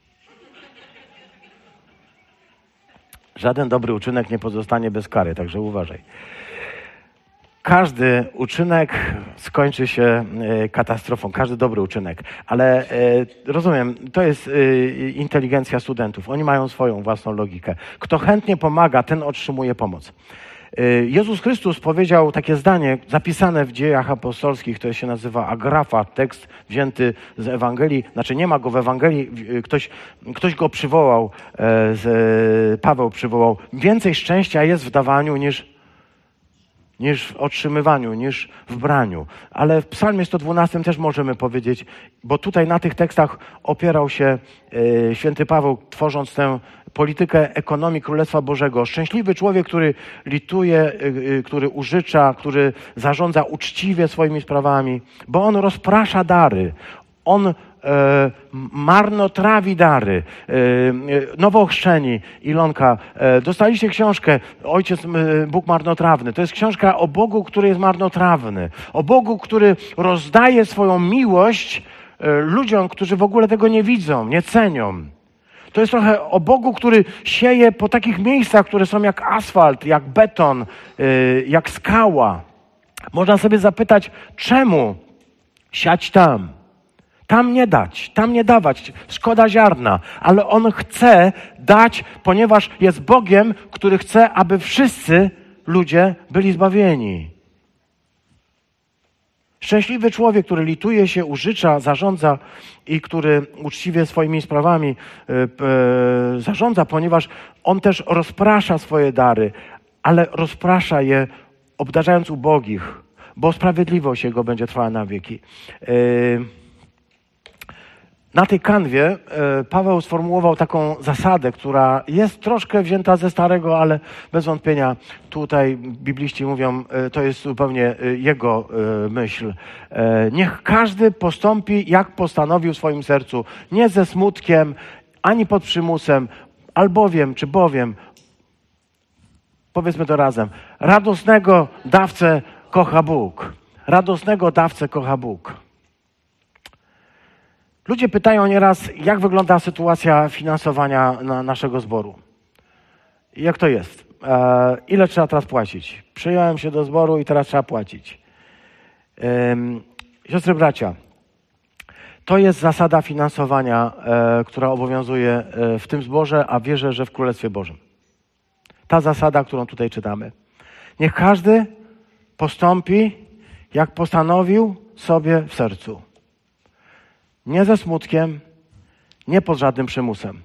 Żaden dobry uczynek nie pozostanie bez kary, także uważaj. Każdy uczynek skończy się katastrofą, każdy dobry uczynek. Ale rozumiem, to jest inteligencja studentów. Oni mają swoją własną logikę. Kto chętnie pomaga, ten otrzymuje pomoc. Jezus Chrystus powiedział takie zdanie zapisane w Dziejach Apostolskich, to się nazywa agrafa, tekst wzięty z Ewangelii, znaczy nie ma go w Ewangelii, ktoś go przywołał, Paweł przywołał. Więcej szczęścia jest w dawaniu niż w otrzymywaniu, niż w braniu. Ale w Psalmie 112 też możemy powiedzieć, bo tutaj na tych tekstach opierał się święty Paweł, tworząc tę politykę ekonomii Królestwa Bożego. Szczęśliwy człowiek, który lituje, który użycza, który zarządza uczciwie swoimi sprawami, bo on rozprasza dary. On marnotrawi dary. Nowochrzczeni, Ilonka, dostaliście książkę Ojciec Bóg Marnotrawny. To jest książka o Bogu, który jest marnotrawny. O Bogu, który rozdaje swoją miłość ludziom, którzy w ogóle tego nie widzą, nie cenią. To jest trochę o Bogu, który sieje po takich miejscach, które są jak asfalt, jak beton, jak skała. Można sobie zapytać, czemu siać tam? Tam nie dać, tam nie dawać, szkoda ziarna, ale On chce dać, ponieważ jest Bogiem, który chce, aby wszyscy ludzie byli zbawieni. Szczęśliwy człowiek, który lituje się, użycza, zarządza i który uczciwie swoimi sprawami zarządza, ponieważ on też rozprasza swoje dary, ale rozprasza je obdarzając ubogich, bo sprawiedliwość Jego będzie trwała na wieki. Na tej kanwie Paweł sformułował taką zasadę, która jest troszkę wzięta ze Starego, ale bez wątpienia tutaj bibliści mówią, to jest zupełnie jego myśl. Niech każdy postąpi, jak postanowił w swoim sercu, nie ze smutkiem, ani pod przymusem, albowiem czy bowiem, powiedzmy to razem, radosnego dawcę kocha Bóg. Radosnego dawcę kocha Bóg. Ludzie pytają nieraz, jak wygląda sytuacja finansowania naszego zboru. Jak to jest? Ile trzeba teraz płacić? Przyjąłem się do zboru i teraz trzeba płacić. Siostry, bracia, to jest zasada finansowania, która obowiązuje w tym zborze, a wierzę, że w Królestwie Bożym. Ta zasada, którą tutaj czytamy. Niech każdy postąpi, jak postanowił sobie w sercu. Nie ze smutkiem, nie pod żadnym przymusem.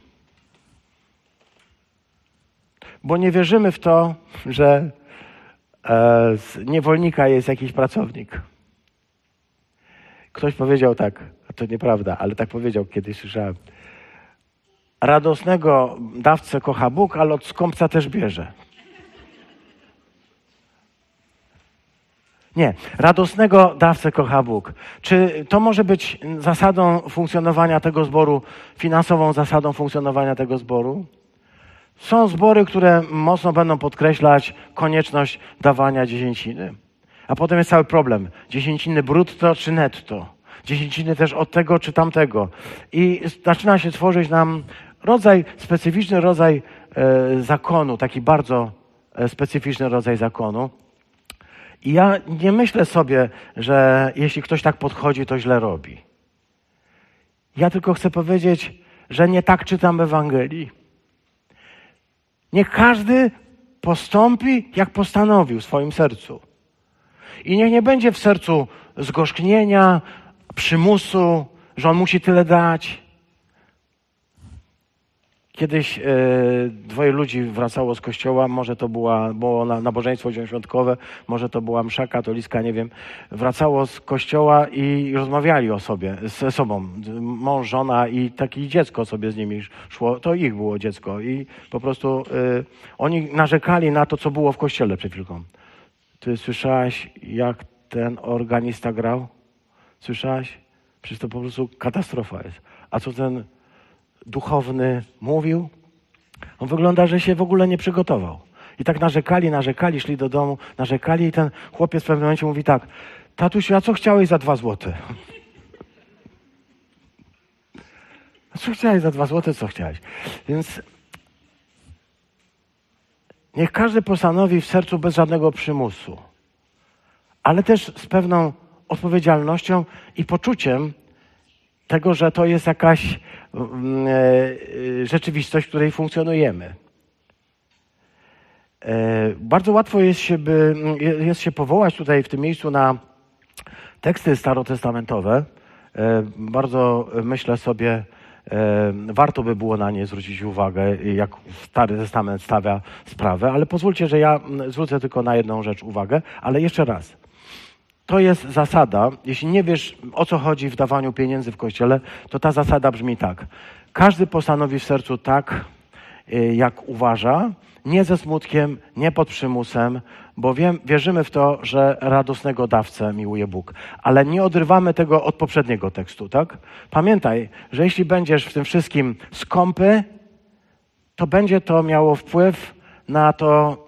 Bo nie wierzymy w to, że z niewolnika jest jakiś pracownik. Ktoś powiedział tak, a to nieprawda, ale tak powiedział, kiedyś słyszałem. Radosnego dawcę kocha Bóg, ale od skąpca też bierze. Nie, radosnego dawcę kocha Bóg. Czy to może być zasadą funkcjonowania tego zboru, finansową zasadą funkcjonowania tego zboru? Są zbory, które mocno będą podkreślać konieczność dawania dziesięciny. A potem jest cały problem. Dziesięciny brutto czy netto? Dziesięciny też od tego czy tamtego. I zaczyna się tworzyć nam specyficzny rodzaj zakonu, taki bardzo specyficzny rodzaj zakonu. I ja nie myślę sobie, że jeśli ktoś tak podchodzi, to źle robi. Ja tylko chcę powiedzieć, że nie tak czytam Ewangelii. Niech każdy postąpi, jak postanowił w swoim sercu. I niech nie będzie w sercu zgorzknienia, przymusu, że on musi tyle dać. Kiedyś dwoje ludzi wracało z kościoła, może to było nabożeństwo świątkowe, może to była msza katolicka, nie wiem. Wracało z kościoła i rozmawiali ze sobą. Mąż, żona i takie dziecko sobie z nimi szło. To ich było dziecko i po prostu oni narzekali na to, co było w kościele przed chwilką. Ty słyszałaś, jak ten organista grał? Słyszałaś? Przecież to po prostu katastrofa jest. A co ten duchowny mówił? On wygląda, że się w ogóle nie przygotował. I tak narzekali, szli do domu, narzekali i ten chłopiec w pewnym momencie mówi tak: tatusiu, a co chciałeś za 2 złote? A co chciałeś za 2 złote? Co chciałeś? Więc niech każdy postanowi w sercu bez żadnego przymusu, ale też z pewną odpowiedzialnością i poczuciem tego, że to jest jakaś rzeczywistość, w której funkcjonujemy. Bardzo łatwo jest się powołać tutaj w tym miejscu na teksty starotestamentowe. Bardzo myślę sobie, Warto by było na nie zwrócić uwagę, jak Stary Testament stawia sprawę, ale pozwólcie, że ja zwrócę tylko na jedną rzecz uwagę, ale jeszcze raz. To jest zasada, jeśli nie wiesz, o co chodzi w dawaniu pieniędzy w Kościele, to ta zasada brzmi tak. Każdy postanowi w sercu tak, jak uważa, nie ze smutkiem, nie pod przymusem, bo wierzymy w to, że radosnego dawcę miłuje Bóg. Ale nie odrywamy tego od poprzedniego tekstu, tak? Pamiętaj, że jeśli będziesz w tym wszystkim skąpy, to będzie to miało wpływ na to,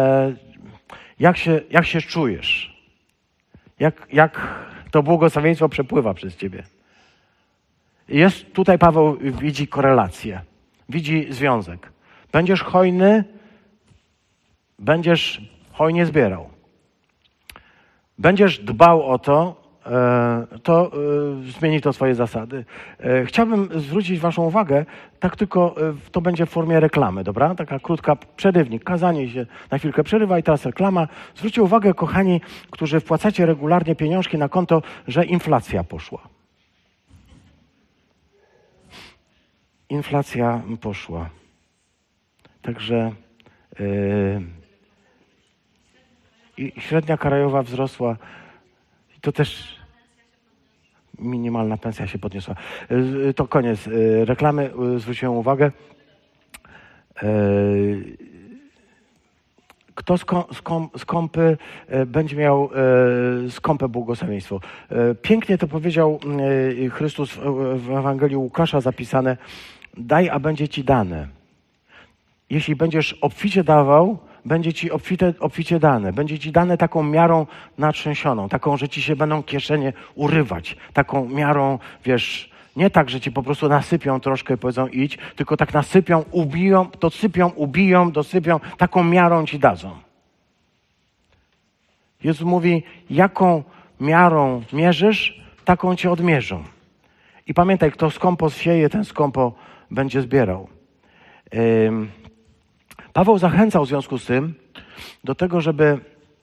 jak się czujesz. Jak to błogosławieństwo przepływa przez ciebie. Jest tutaj Paweł widzi korelację, widzi związek. Będziesz hojny, będziesz hojnie zbierał. Będziesz dbał o to, zmieni to swoje zasady. Chciałbym zwrócić waszą uwagę, tak tylko to będzie w formie reklamy, dobra? Taka krótka przerywnik, kazanie się na chwilkę przerywa i teraz reklama. Zwróćcie uwagę, kochani, którzy wpłacacie regularnie pieniążki na konto, że inflacja poszła. Inflacja poszła. Także i średnia krajowa wzrosła. To też minimalna pensja się podniosła. To koniec reklamy. Zwróciłem uwagę. Kto skąpy będzie miał skąpe błogosławieństwo. Pięknie to powiedział Chrystus w Ewangelii Łukasza zapisane. Daj, a będzie ci dane. Jeśli będziesz obficie dawał, będzie ci obficie dane. Będzie ci dane taką miarą natrzęsioną, taką, że ci się będą kieszenie urywać. Taką miarą, wiesz, nie tak, że ci po prostu nasypią troszkę i powiedzą idź, tylko tak nasypią, dosypią, taką miarą ci dadzą. Jezus mówi, jaką miarą mierzysz, taką cię odmierzą. I pamiętaj, kto skąpo sieje, ten skąpo będzie zbierał. Paweł zachęcał w związku z tym do tego, żeby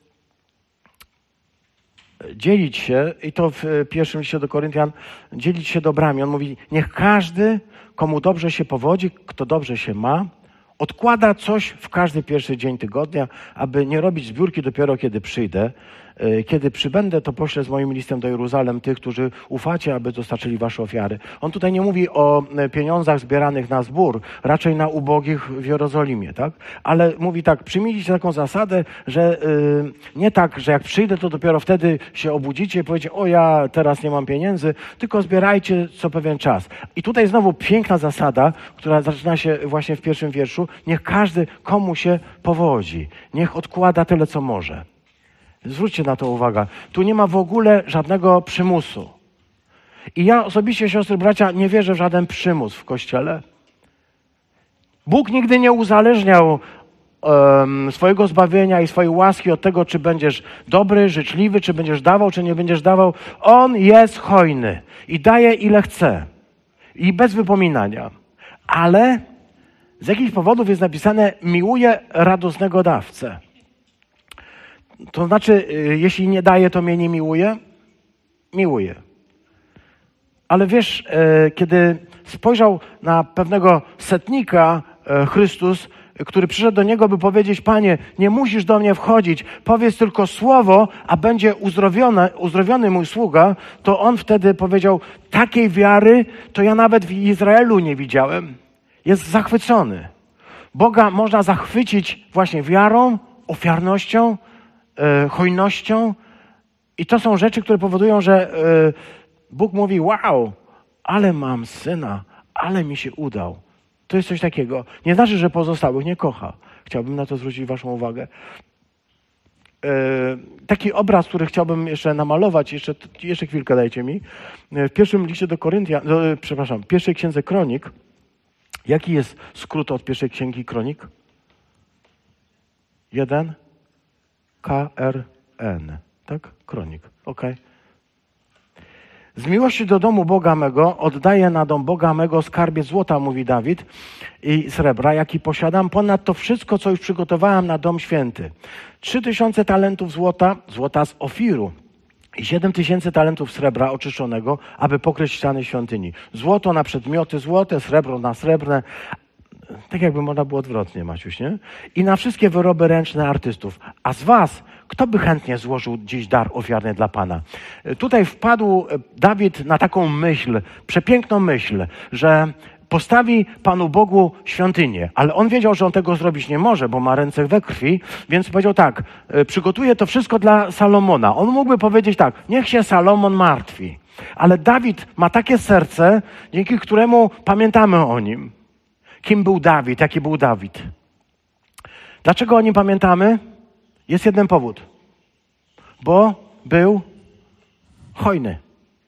dzielić się, i to w pierwszym liście do Koryntian, dzielić się dobrami. On mówi, niech każdy, komu dobrze się powodzi, kto dobrze się ma, odkłada coś w każdy pierwszy dzień tygodnia, aby nie robić zbiórki dopiero kiedy przyjdę. Kiedy przybędę, to poślę z moim listem do Jeruzalem tych, którzy ufacie, aby dostarczyli wasze ofiary. On tutaj nie mówi o pieniądzach zbieranych na zbór, raczej na ubogich w Jerozolimie, tak? Ale mówi tak, przyjmijcie taką zasadę, że nie tak, że jak przyjdę, to dopiero wtedy się obudzicie i powiecie, o ja teraz nie mam pieniędzy, tylko zbierajcie co pewien czas. I tutaj znowu piękna zasada, która zaczyna się właśnie w pierwszym wierszu. Niech każdy, komu się powodzi, niech odkłada tyle, co może. Zwróćcie na to uwagę. Tu nie ma w ogóle żadnego przymusu. I ja osobiście, siostry, bracia, nie wierzę w żaden przymus w Kościele. Bóg nigdy nie uzależniał swojego zbawienia i swojej łaski od tego, czy będziesz dobry, życzliwy, czy będziesz dawał, czy nie będziesz dawał. On jest hojny i daje ile chce. I bez wypominania. Ale z jakichś powodów jest napisane, miłuje radosnego dawcę. To znaczy, jeśli nie daje, to mnie nie miłuje? Miłuje. Ale wiesz, kiedy spojrzał na pewnego setnika Chrystus, który przyszedł do niego, by powiedzieć, Panie, nie musisz do mnie wchodzić, powiedz tylko słowo, a będzie uzdrowiony mój sługa, to on wtedy powiedział, takiej wiary to ja nawet w Izraelu nie widziałem. Jest zachwycony. Boga można zachwycić właśnie wiarą, ofiarnością, hojnością i to są rzeczy, które powodują, że Bóg mówi, wow, ale mam syna, ale mi się udał. To jest coś takiego. Nie znaczy, że pozostałych nie kocha. Chciałbym na to zwrócić waszą uwagę. Taki obraz, który chciałbym jeszcze namalować, jeszcze chwilkę dajcie mi. W pierwszym liście do Koryntian, pierwszej księdze Kronik. Jaki jest skrót od pierwszej księgi Kronik? 1 KRN, tak? Kronik, okej. Z miłości do domu Boga mego oddaję na dom Boga mego skarbiec złota, mówi Dawid, i srebra, jaki posiadam, ponad to wszystko, co już przygotowałem na dom święty. 3000 talentów złota z Ofiru, i 7000 talentów srebra oczyszczonego, aby pokryć ściany świątyni. Złoto na przedmioty złote, srebro na srebrne. Tak jakby można było odwrotnie, Maciuś, nie? I na wszystkie wyroby ręczne artystów. A z was, kto by chętnie złożył dziś dar ofiarny dla Pana? Tutaj wpadł Dawid na taką myśl, przepiękną myśl, że postawi Panu Bogu świątynię, ale on wiedział, że on tego zrobić nie może, bo ma ręce we krwi, więc powiedział tak, przygotuję to wszystko dla Salomona. On mógłby powiedzieć tak, niech się Salomon martwi. Ale Dawid ma takie serce, dzięki któremu pamiętamy o nim. Kim był Dawid, jaki był Dawid. Dlaczego o nim pamiętamy? Jest jeden powód. Bo był hojny.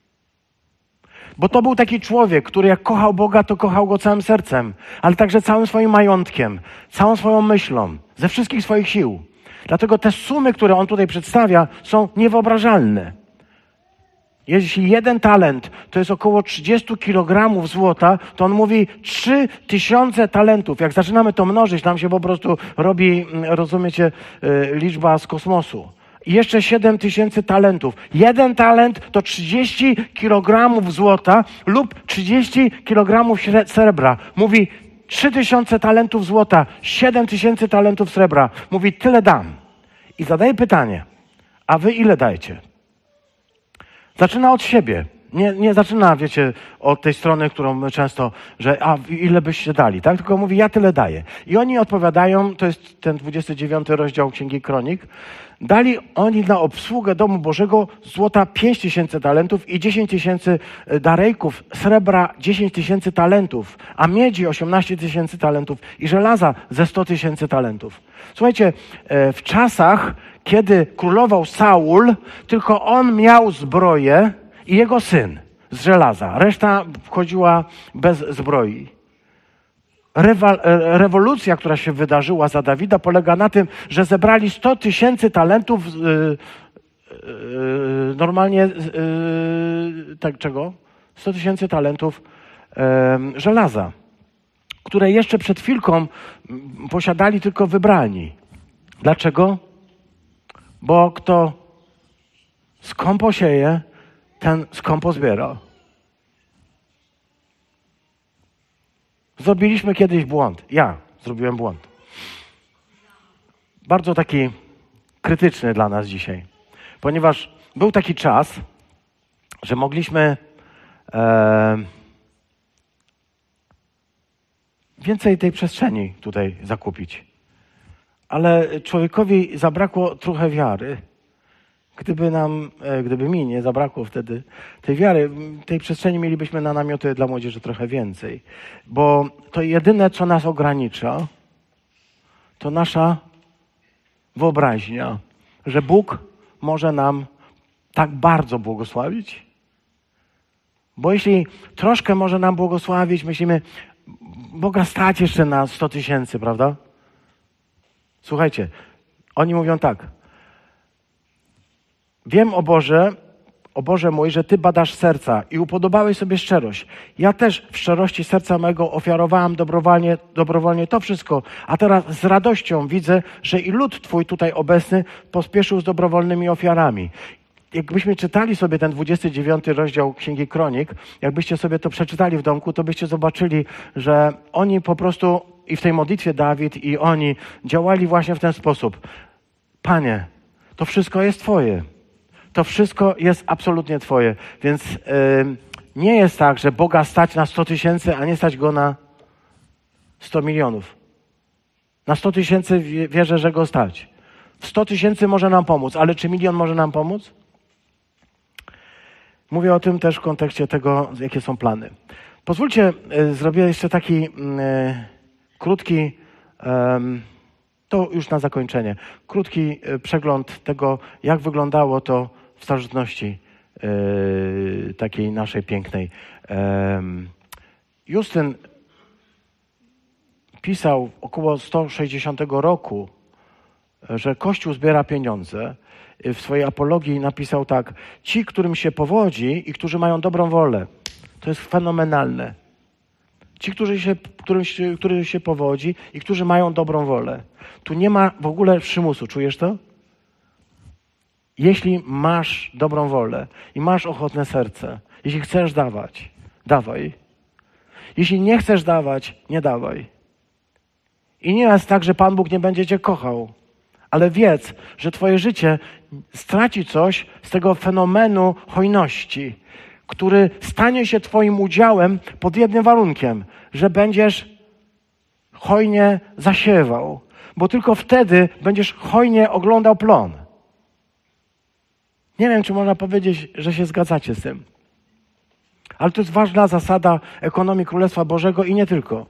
Bo to był taki człowiek, który jak kochał Boga, to kochał Go całym sercem, ale także całym swoim majątkiem, całą swoją myślą, ze wszystkich swoich sił. Dlatego te sumy, które on tutaj przedstawia, są niewyobrażalne. Jeśli 1 talent to jest około 30 kg złota, to on mówi 3000 talentów. Jak zaczynamy to mnożyć, nam się po prostu robi, rozumiecie, liczba z kosmosu. I jeszcze 7000 talentów. 1 talent to 30 kg złota lub 30 kg srebra. Mówi 3000 talentów złota, 7000 talentów srebra. Mówi tyle dam. I zadaje pytanie, a wy ile dajecie? Zaczyna od siebie. Nie zaczyna, wiecie, od tej strony, którą my często, że ile byście dali, tak? Tylko mówi, ja tyle daję. I oni odpowiadają, to jest ten 29 rozdział Księgi Kronik, dali oni na obsługę domu Bożego złota 5000 talentów i 10 000 darejków, srebra 10 000 talentów, a miedzi 18 000 talentów i żelaza ze 100 000 talentów. Słuchajcie, w czasach, kiedy królował Saul, tylko on miał zbroję i jego syn z żelaza. Reszta wchodziła bez zbroi. Rewolucja, która się wydarzyła za Dawida, polega na tym, że zebrali 100 000 talentów normalnie tak czego? 100 000 talentów żelaza, które jeszcze przed chwilką posiadali tylko wybrani. Dlaczego? Bo kto skąpo sieje, ten skąpo zbiera. Zrobiliśmy kiedyś błąd. Ja zrobiłem błąd. Bardzo taki krytyczny dla nas dzisiaj. Ponieważ był taki czas, że mogliśmy więcej tej przestrzeni tutaj zakupić. Ale człowiekowi zabrakło trochę wiary. Gdyby mi nie zabrakło wtedy tej wiary, tej przestrzeni mielibyśmy na namioty dla młodzieży trochę więcej. Bo to jedyne, co nas ogranicza, to nasza wyobraźnia, że Bóg może nam tak bardzo błogosławić. Bo jeśli troszkę może nam błogosławić, myślimy, Boga stać jeszcze na 100 000, prawda? Słuchajcie, oni mówią tak. Wiem, o Boże mój, że Ty badasz serca i upodobałeś sobie szczerość. Ja też w szczerości serca mego ofiarowałem dobrowolnie to wszystko, a teraz z radością widzę, że i lud Twój tutaj obecny pospieszył z dobrowolnymi ofiarami. Jakbyśmy czytali sobie ten 29 rozdział Księgi Kronik, jakbyście sobie to przeczytali w domku, to byście zobaczyli, że oni po prostu, i w tej modlitwie Dawid i oni działali właśnie w ten sposób. Panie, to wszystko jest Twoje. To wszystko jest absolutnie Twoje. Więc nie jest tak, że Boga stać na 100 000, a nie stać Go na 100 milionów. Na 100 000 wierzę, że Go stać. W 100 000 może nam pomóc, ale czy 1 000 000 może nam pomóc? Mówię o tym też w kontekście tego, jakie są plany. Pozwólcie, zrobię jeszcze taki krótki, to już na zakończenie, krótki przegląd tego, jak wyglądało to w starożytności takiej naszej pięknej. Justyn pisał około 160 roku, że Kościół zbiera pieniądze. W swojej apologii napisał tak: ci, którym się powodzi i którzy mają dobrą wolę. To jest fenomenalne. Ci, którym się powodzi i którzy mają dobrą wolę. Tu nie ma w ogóle przymusu. Czujesz to? Jeśli masz dobrą wolę i masz ochotne serce, jeśli chcesz dawać, dawaj. Jeśli nie chcesz dawać, nie dawaj. I nie jest tak, że Pan Bóg nie będzie cię kochał, ale wiedz, że twoje życie straci coś z tego fenomenu hojności, który stanie się twoim udziałem pod jednym warunkiem, że będziesz hojnie zasiewał, bo tylko wtedy będziesz hojnie oglądał plon. Nie wiem, czy można powiedzieć, że się zgadzacie z tym. Ale to jest ważna zasada ekonomii Królestwa Bożego i nie tylko.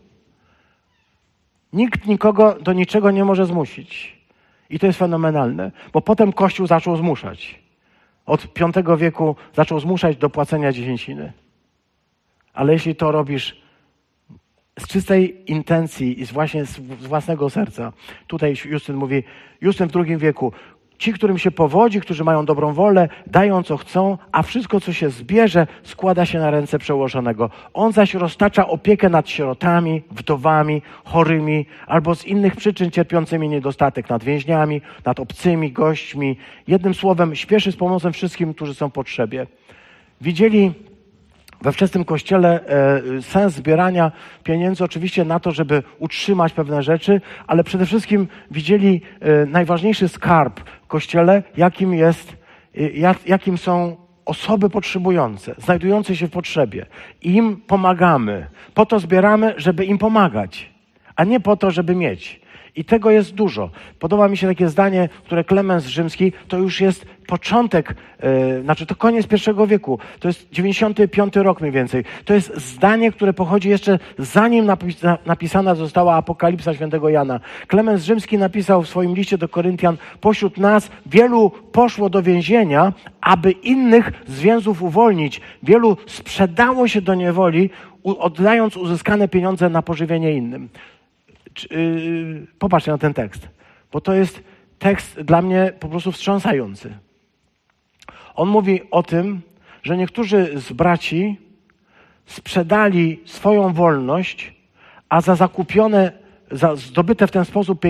Nikt nikogo do niczego nie może zmusić. I to jest fenomenalne, bo potem Kościół zaczął zmuszać. Od V wieku zaczął zmuszać do płacenia dziesięciny. Ale jeśli to robisz z czystej intencji i właśnie z własnego serca, tutaj Justyn mówi, Justyn w II wieku, ci, którym się powodzi, którzy mają dobrą wolę, dają co chcą, a wszystko, co się zbierze, składa się na ręce przełożonego. On zaś roztacza opiekę nad sierotami, wdowami, chorymi, albo z innych przyczyn cierpiącymi niedostatek, nad więźniami, nad obcymi, gośćmi. Jednym słowem, śpieszy z pomocą wszystkim, którzy są w potrzebie. Widzieli we wczesnym Kościele sens zbierania pieniędzy oczywiście na to, żeby utrzymać pewne rzeczy, ale przede wszystkim widzieli najważniejszy skarb w Kościele, jakim są osoby potrzebujące, znajdujące się w potrzebie. I im pomagamy. Po to zbieramy, żeby im pomagać, a nie po to, żeby mieć. I tego jest dużo. Podoba mi się takie zdanie, które Klemens Rzymski, to już jest początek, to koniec I wieku. To jest 95 rok mniej więcej. To jest zdanie, które pochodzi jeszcze zanim napisana została Apokalipsa świętego Jana. Klemens Rzymski napisał w swoim liście do Koryntian, pośród nas wielu poszło do więzienia, aby innych z więzów uwolnić. Wielu sprzedało się do niewoli, oddając uzyskane pieniądze na pożywienie innym. Popatrzcie na ten tekst, bo to jest tekst dla mnie po prostu wstrząsający. On mówi o tym, że niektórzy z braci sprzedali swoją wolność, a za zdobyte w ten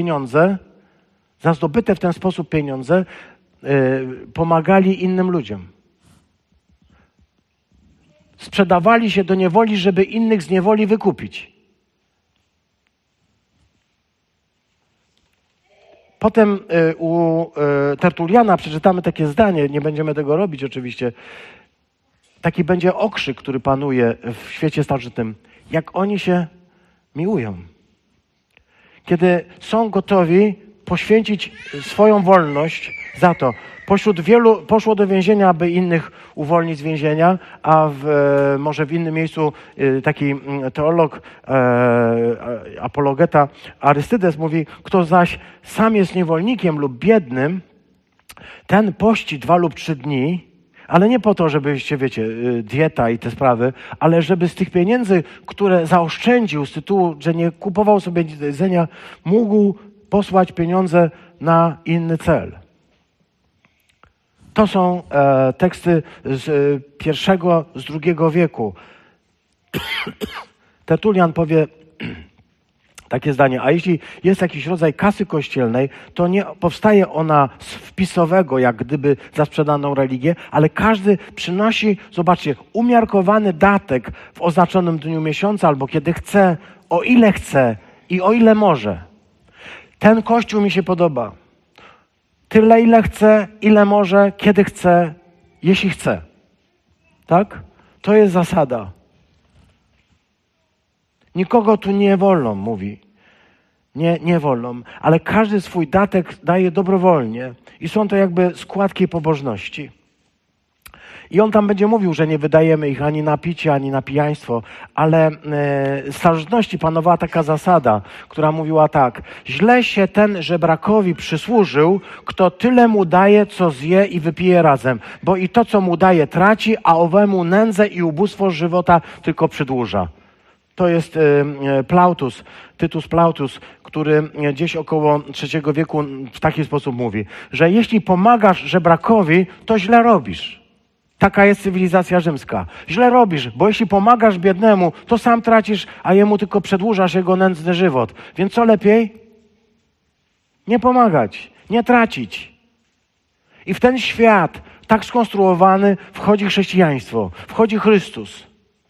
sposób pieniądze pomagali innym ludziom. Sprzedawali się do niewoli, żeby innych z niewoli wykupić. Potem u Tertuliana przeczytamy takie zdanie, nie będziemy tego robić oczywiście. Taki będzie okrzyk, który panuje w świecie starożytnym. Jak oni się miłują. Kiedy są gotowi poświęcić swoją wolność za to. Pośród wielu poszło do więzienia, aby innych uwolnić z więzienia, a może w innym miejscu taki teolog, apologeta Arystydes mówi, kto zaś sam jest niewolnikiem lub biednym, ten pości 2 lub 3 dni, ale nie po to, żebyście, wiecie, dieta i te sprawy, ale żeby z tych pieniędzy, które zaoszczędził z tytułu, że nie kupował sobie jedzenia, mógł posłać pieniądze na inny cel. To są teksty z I, z II wieku. Tertulian powie takie zdanie, a jeśli jest jakiś rodzaj kasy kościelnej, to nie powstaje ona z wpisowego, jak gdyby za sprzedaną religię, ale każdy przynosi, zobaczcie, umiarkowany datek w oznaczonym dniu miesiąca albo kiedy chce, o ile chce i o ile może. Ten Kościół mi się podoba. Tyle, ile chce, ile może, kiedy chce, jeśli chce. Tak? To jest zasada. Nikogo tu nie wolno, mówi. Nie wolno. Ale każdy swój datek daje dobrowolnie. I są to jakby składki pobożności. I on tam będzie mówił, że nie wydajemy ich ani na picie, ani na pijaństwo, ale w starożytności panowała taka zasada, która mówiła tak. Źle się ten żebrakowi przysłużył, kto tyle mu daje, co zje i wypije razem, bo i to, co mu daje, traci, a owemu nędzę i ubóstwo żywota tylko przedłuża. To jest Plautus, Tytus Plautus, który gdzieś około III wieku w taki sposób mówi, że jeśli pomagasz żebrakowi, to źle robisz. Taka jest cywilizacja rzymska. Źle robisz, bo jeśli pomagasz biednemu, to sam tracisz, a jemu tylko przedłużasz jego nędzny żywot. Więc co lepiej? Nie pomagać, nie tracić. I w ten świat tak skonstruowany wchodzi chrześcijaństwo, wchodzi Chrystus.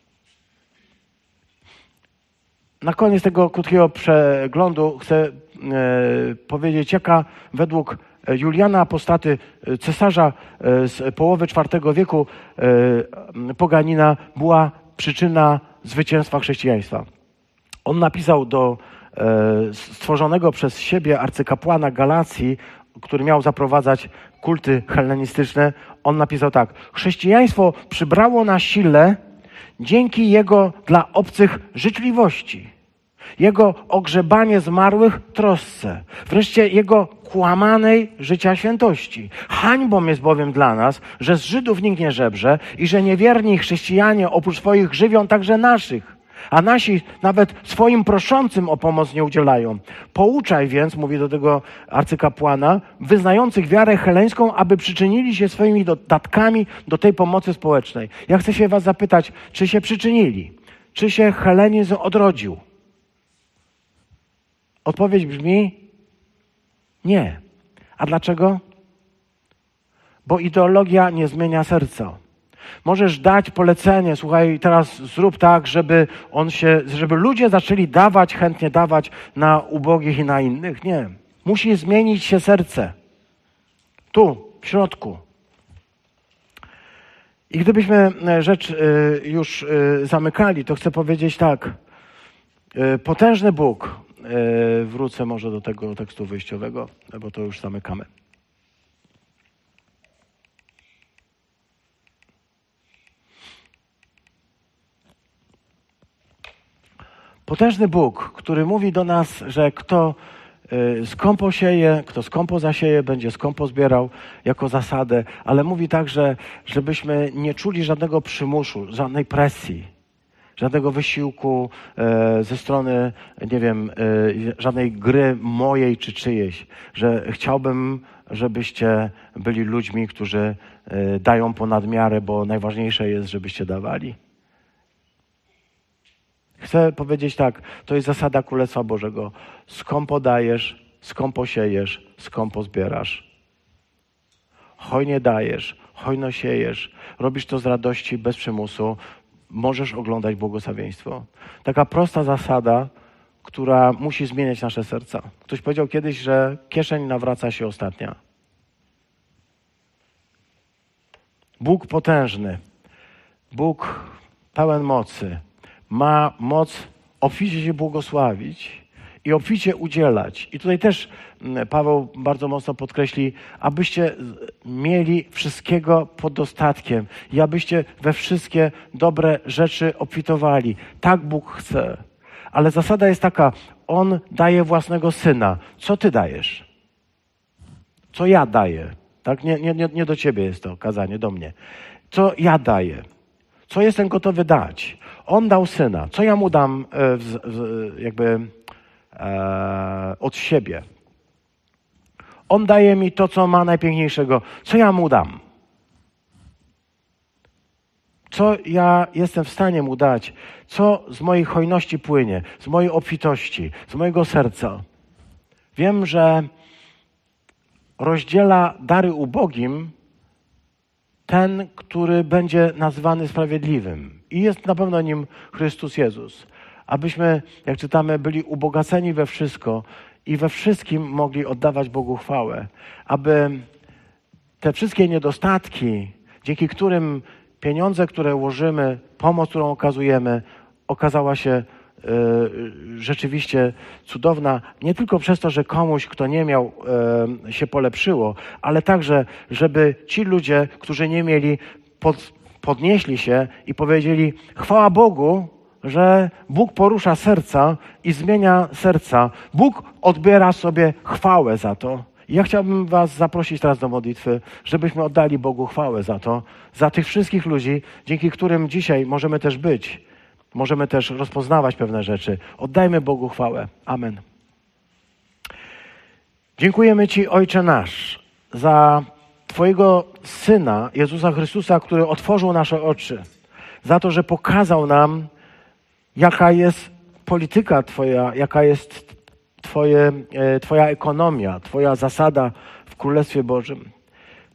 Na koniec tego krótkiego przeglądu chcę powiedzieć, jaka według Juliana Apostaty, cesarza z połowy IV wieku, poganina, była przyczyna zwycięstwa chrześcijaństwa. On napisał do stworzonego przez siebie arcykapłana Galacji, który miał zaprowadzać kulty hellenistyczne, on napisał tak: chrześcijaństwo przybrało na sile dzięki jego dla obcych życzliwości, jego ogrzebanie zmarłych trosce, wreszcie jego kłamanej życia świętości. Hańbą jest bowiem dla nas, że z Żydów nikt nie żebrze i że niewierni chrześcijanie oprócz swoich żywią także naszych, a nasi nawet swoim proszącym o pomoc nie udzielają. Pouczaj więc, mówi do tego arcykapłana, wyznających wiarę heleńską, aby przyczynili się swoimi dodatkami do tej pomocy społecznej. Ja chcę się was zapytać, czy się przyczynili? Czy się helenizm odrodził? Odpowiedź brzmi nie. A dlaczego? Bo ideologia nie zmienia serca. Możesz dać polecenie, słuchaj, teraz zrób tak, żeby ludzie zaczęli dawać, chętnie dawać na ubogich i na innych. Nie. Musi zmienić się serce. Tu, w środku. I gdybyśmy rzecz już zamykali, to chcę powiedzieć tak. Potężny Bóg, wrócę może do tego tekstu wyjściowego, bo to już zamykamy. Potężny Bóg, który mówi do nas, że kto skąpo sieje, kto skąpo zasieje, będzie skąpo zbierał jako zasadę, ale mówi także, żebyśmy nie czuli żadnego przymusu, żadnej presji, żadnego wysiłku ze strony, nie wiem, żadnej gry mojej czy czyjejś, że chciałbym, żebyście byli ludźmi, którzy dają ponad miarę, bo najważniejsze jest, żebyście dawali. Chcę powiedzieć tak, to jest zasada Królestwa Bożego. Skąpo dajesz, skąpo siejesz, skąpo zbierasz. Hojnie dajesz, hojno siejesz. Robisz to z radości, bez przymusu. Możesz oglądać błogosławieństwo. Taka prosta zasada, która musi zmieniać nasze serca. Ktoś powiedział kiedyś, że kieszeń nawraca się ostatnia. Bóg potężny, Bóg pełen mocy, ma moc obficie się błogosławić i obficie udzielać. I tutaj też Paweł bardzo mocno podkreśli, abyście mieli wszystkiego pod dostatkiem i abyście we wszystkie dobre rzeczy obfitowali. Tak Bóg chce. Ale zasada jest taka, On daje własnego Syna. Co ty dajesz? Co ja daję? Tak? Nie do ciebie jest to kazanie, do mnie. Co ja daję? Co jestem gotowy dać? On dał Syna. Co ja mu dam od siebie? On daje mi to, co ma najpiękniejszego. Co ja mu dam? Co ja jestem w stanie mu dać? Co z mojej hojności płynie? Z mojej obfitości? Z mojego serca? Wiem, że rozdziela dary ubogim ten, który będzie nazwany sprawiedliwym. I jest na pewno nim Chrystus Jezus. Abyśmy, jak czytamy, byli ubogaceni we wszystko i we wszystkim mogli oddawać Bogu chwałę. Aby te wszystkie niedostatki, dzięki którym pieniądze, które łożymy, pomoc, którą okazujemy, okazała się rzeczywiście cudowna, nie tylko przez to, że komuś, kto nie miał, się polepszyło, ale także, żeby ci ludzie, którzy nie mieli, podnieśli się i powiedzieli: chwała Bogu, że Bóg porusza serca i zmienia serca. Bóg odbiera sobie chwałę za to. I ja chciałbym was zaprosić teraz do modlitwy, żebyśmy oddali Bogu chwałę za to, za tych wszystkich ludzi, dzięki którym dzisiaj możemy też być. Możemy też rozpoznawać pewne rzeczy. Oddajmy Bogu chwałę. Amen. Dziękujemy Ci, Ojcze nasz, za Twojego Syna, Jezusa Chrystusa, który otworzył nasze oczy. Za to, że pokazał nam, jaka jest polityka Twoja, jaka jest Twoja ekonomia, Twoja zasada w Królestwie Bożym.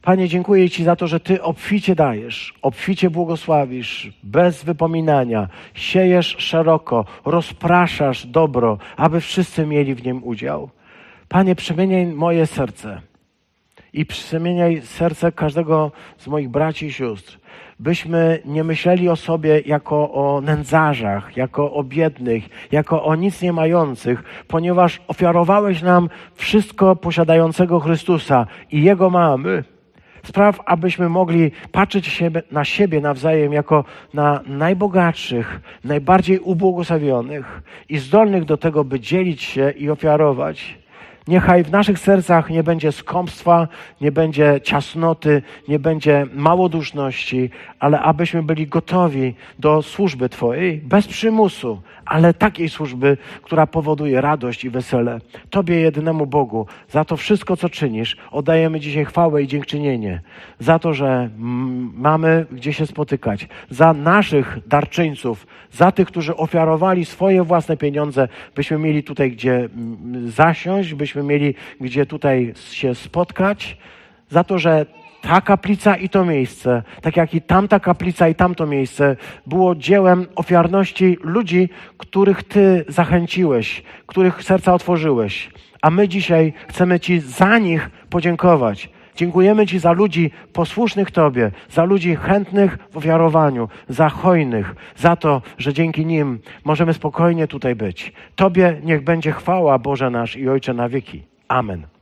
Panie, dziękuję Ci za to, że Ty obficie dajesz, obficie błogosławisz, bez wypominania, siejesz szeroko, rozpraszasz dobro, aby wszyscy mieli w nim udział. Panie, przemieniaj moje serce i przemieniaj serce każdego z moich braci i sióstr, byśmy nie myśleli o sobie jako o nędzarzach, jako o biednych, jako o nic nie mających, ponieważ ofiarowałeś nam wszystko posiadającego Chrystusa i Jego mamy. Spraw, abyśmy mogli patrzeć na siebie nawzajem jako na najbogatszych, najbardziej ubłogosławionych i zdolnych do tego, by dzielić się i ofiarować. Niechaj w naszych sercach nie będzie skąpstwa, nie będzie ciasnoty, nie będzie małoduszności, ale abyśmy byli gotowi do służby Twojej, bez przymusu, ale takiej służby, która powoduje radość i wesele. Tobie, jedynemu Bogu, za to wszystko, co czynisz, oddajemy dzisiaj chwałę i dziękczynienie. Za to, że mamy gdzie się spotykać. Za naszych darczyńców, za tych, którzy ofiarowali swoje własne pieniądze, byśmy mieli tutaj gdzie zasiąść, byśmy mieli gdzie tutaj się spotkać. Za to, że ta kaplica i to miejsce, tak jak i tamta kaplica i tamto miejsce, było dziełem ofiarności ludzi, których Ty zachęciłeś, których serca otworzyłeś. A my dzisiaj chcemy Ci za nich podziękować. Dziękujemy Ci za ludzi posłusznych Tobie, za ludzi chętnych w ofiarowaniu, za hojnych, za to, że dzięki nim możemy spokojnie tutaj być. Tobie niech będzie chwała, Boże nasz i Ojcze, na wieki. Amen.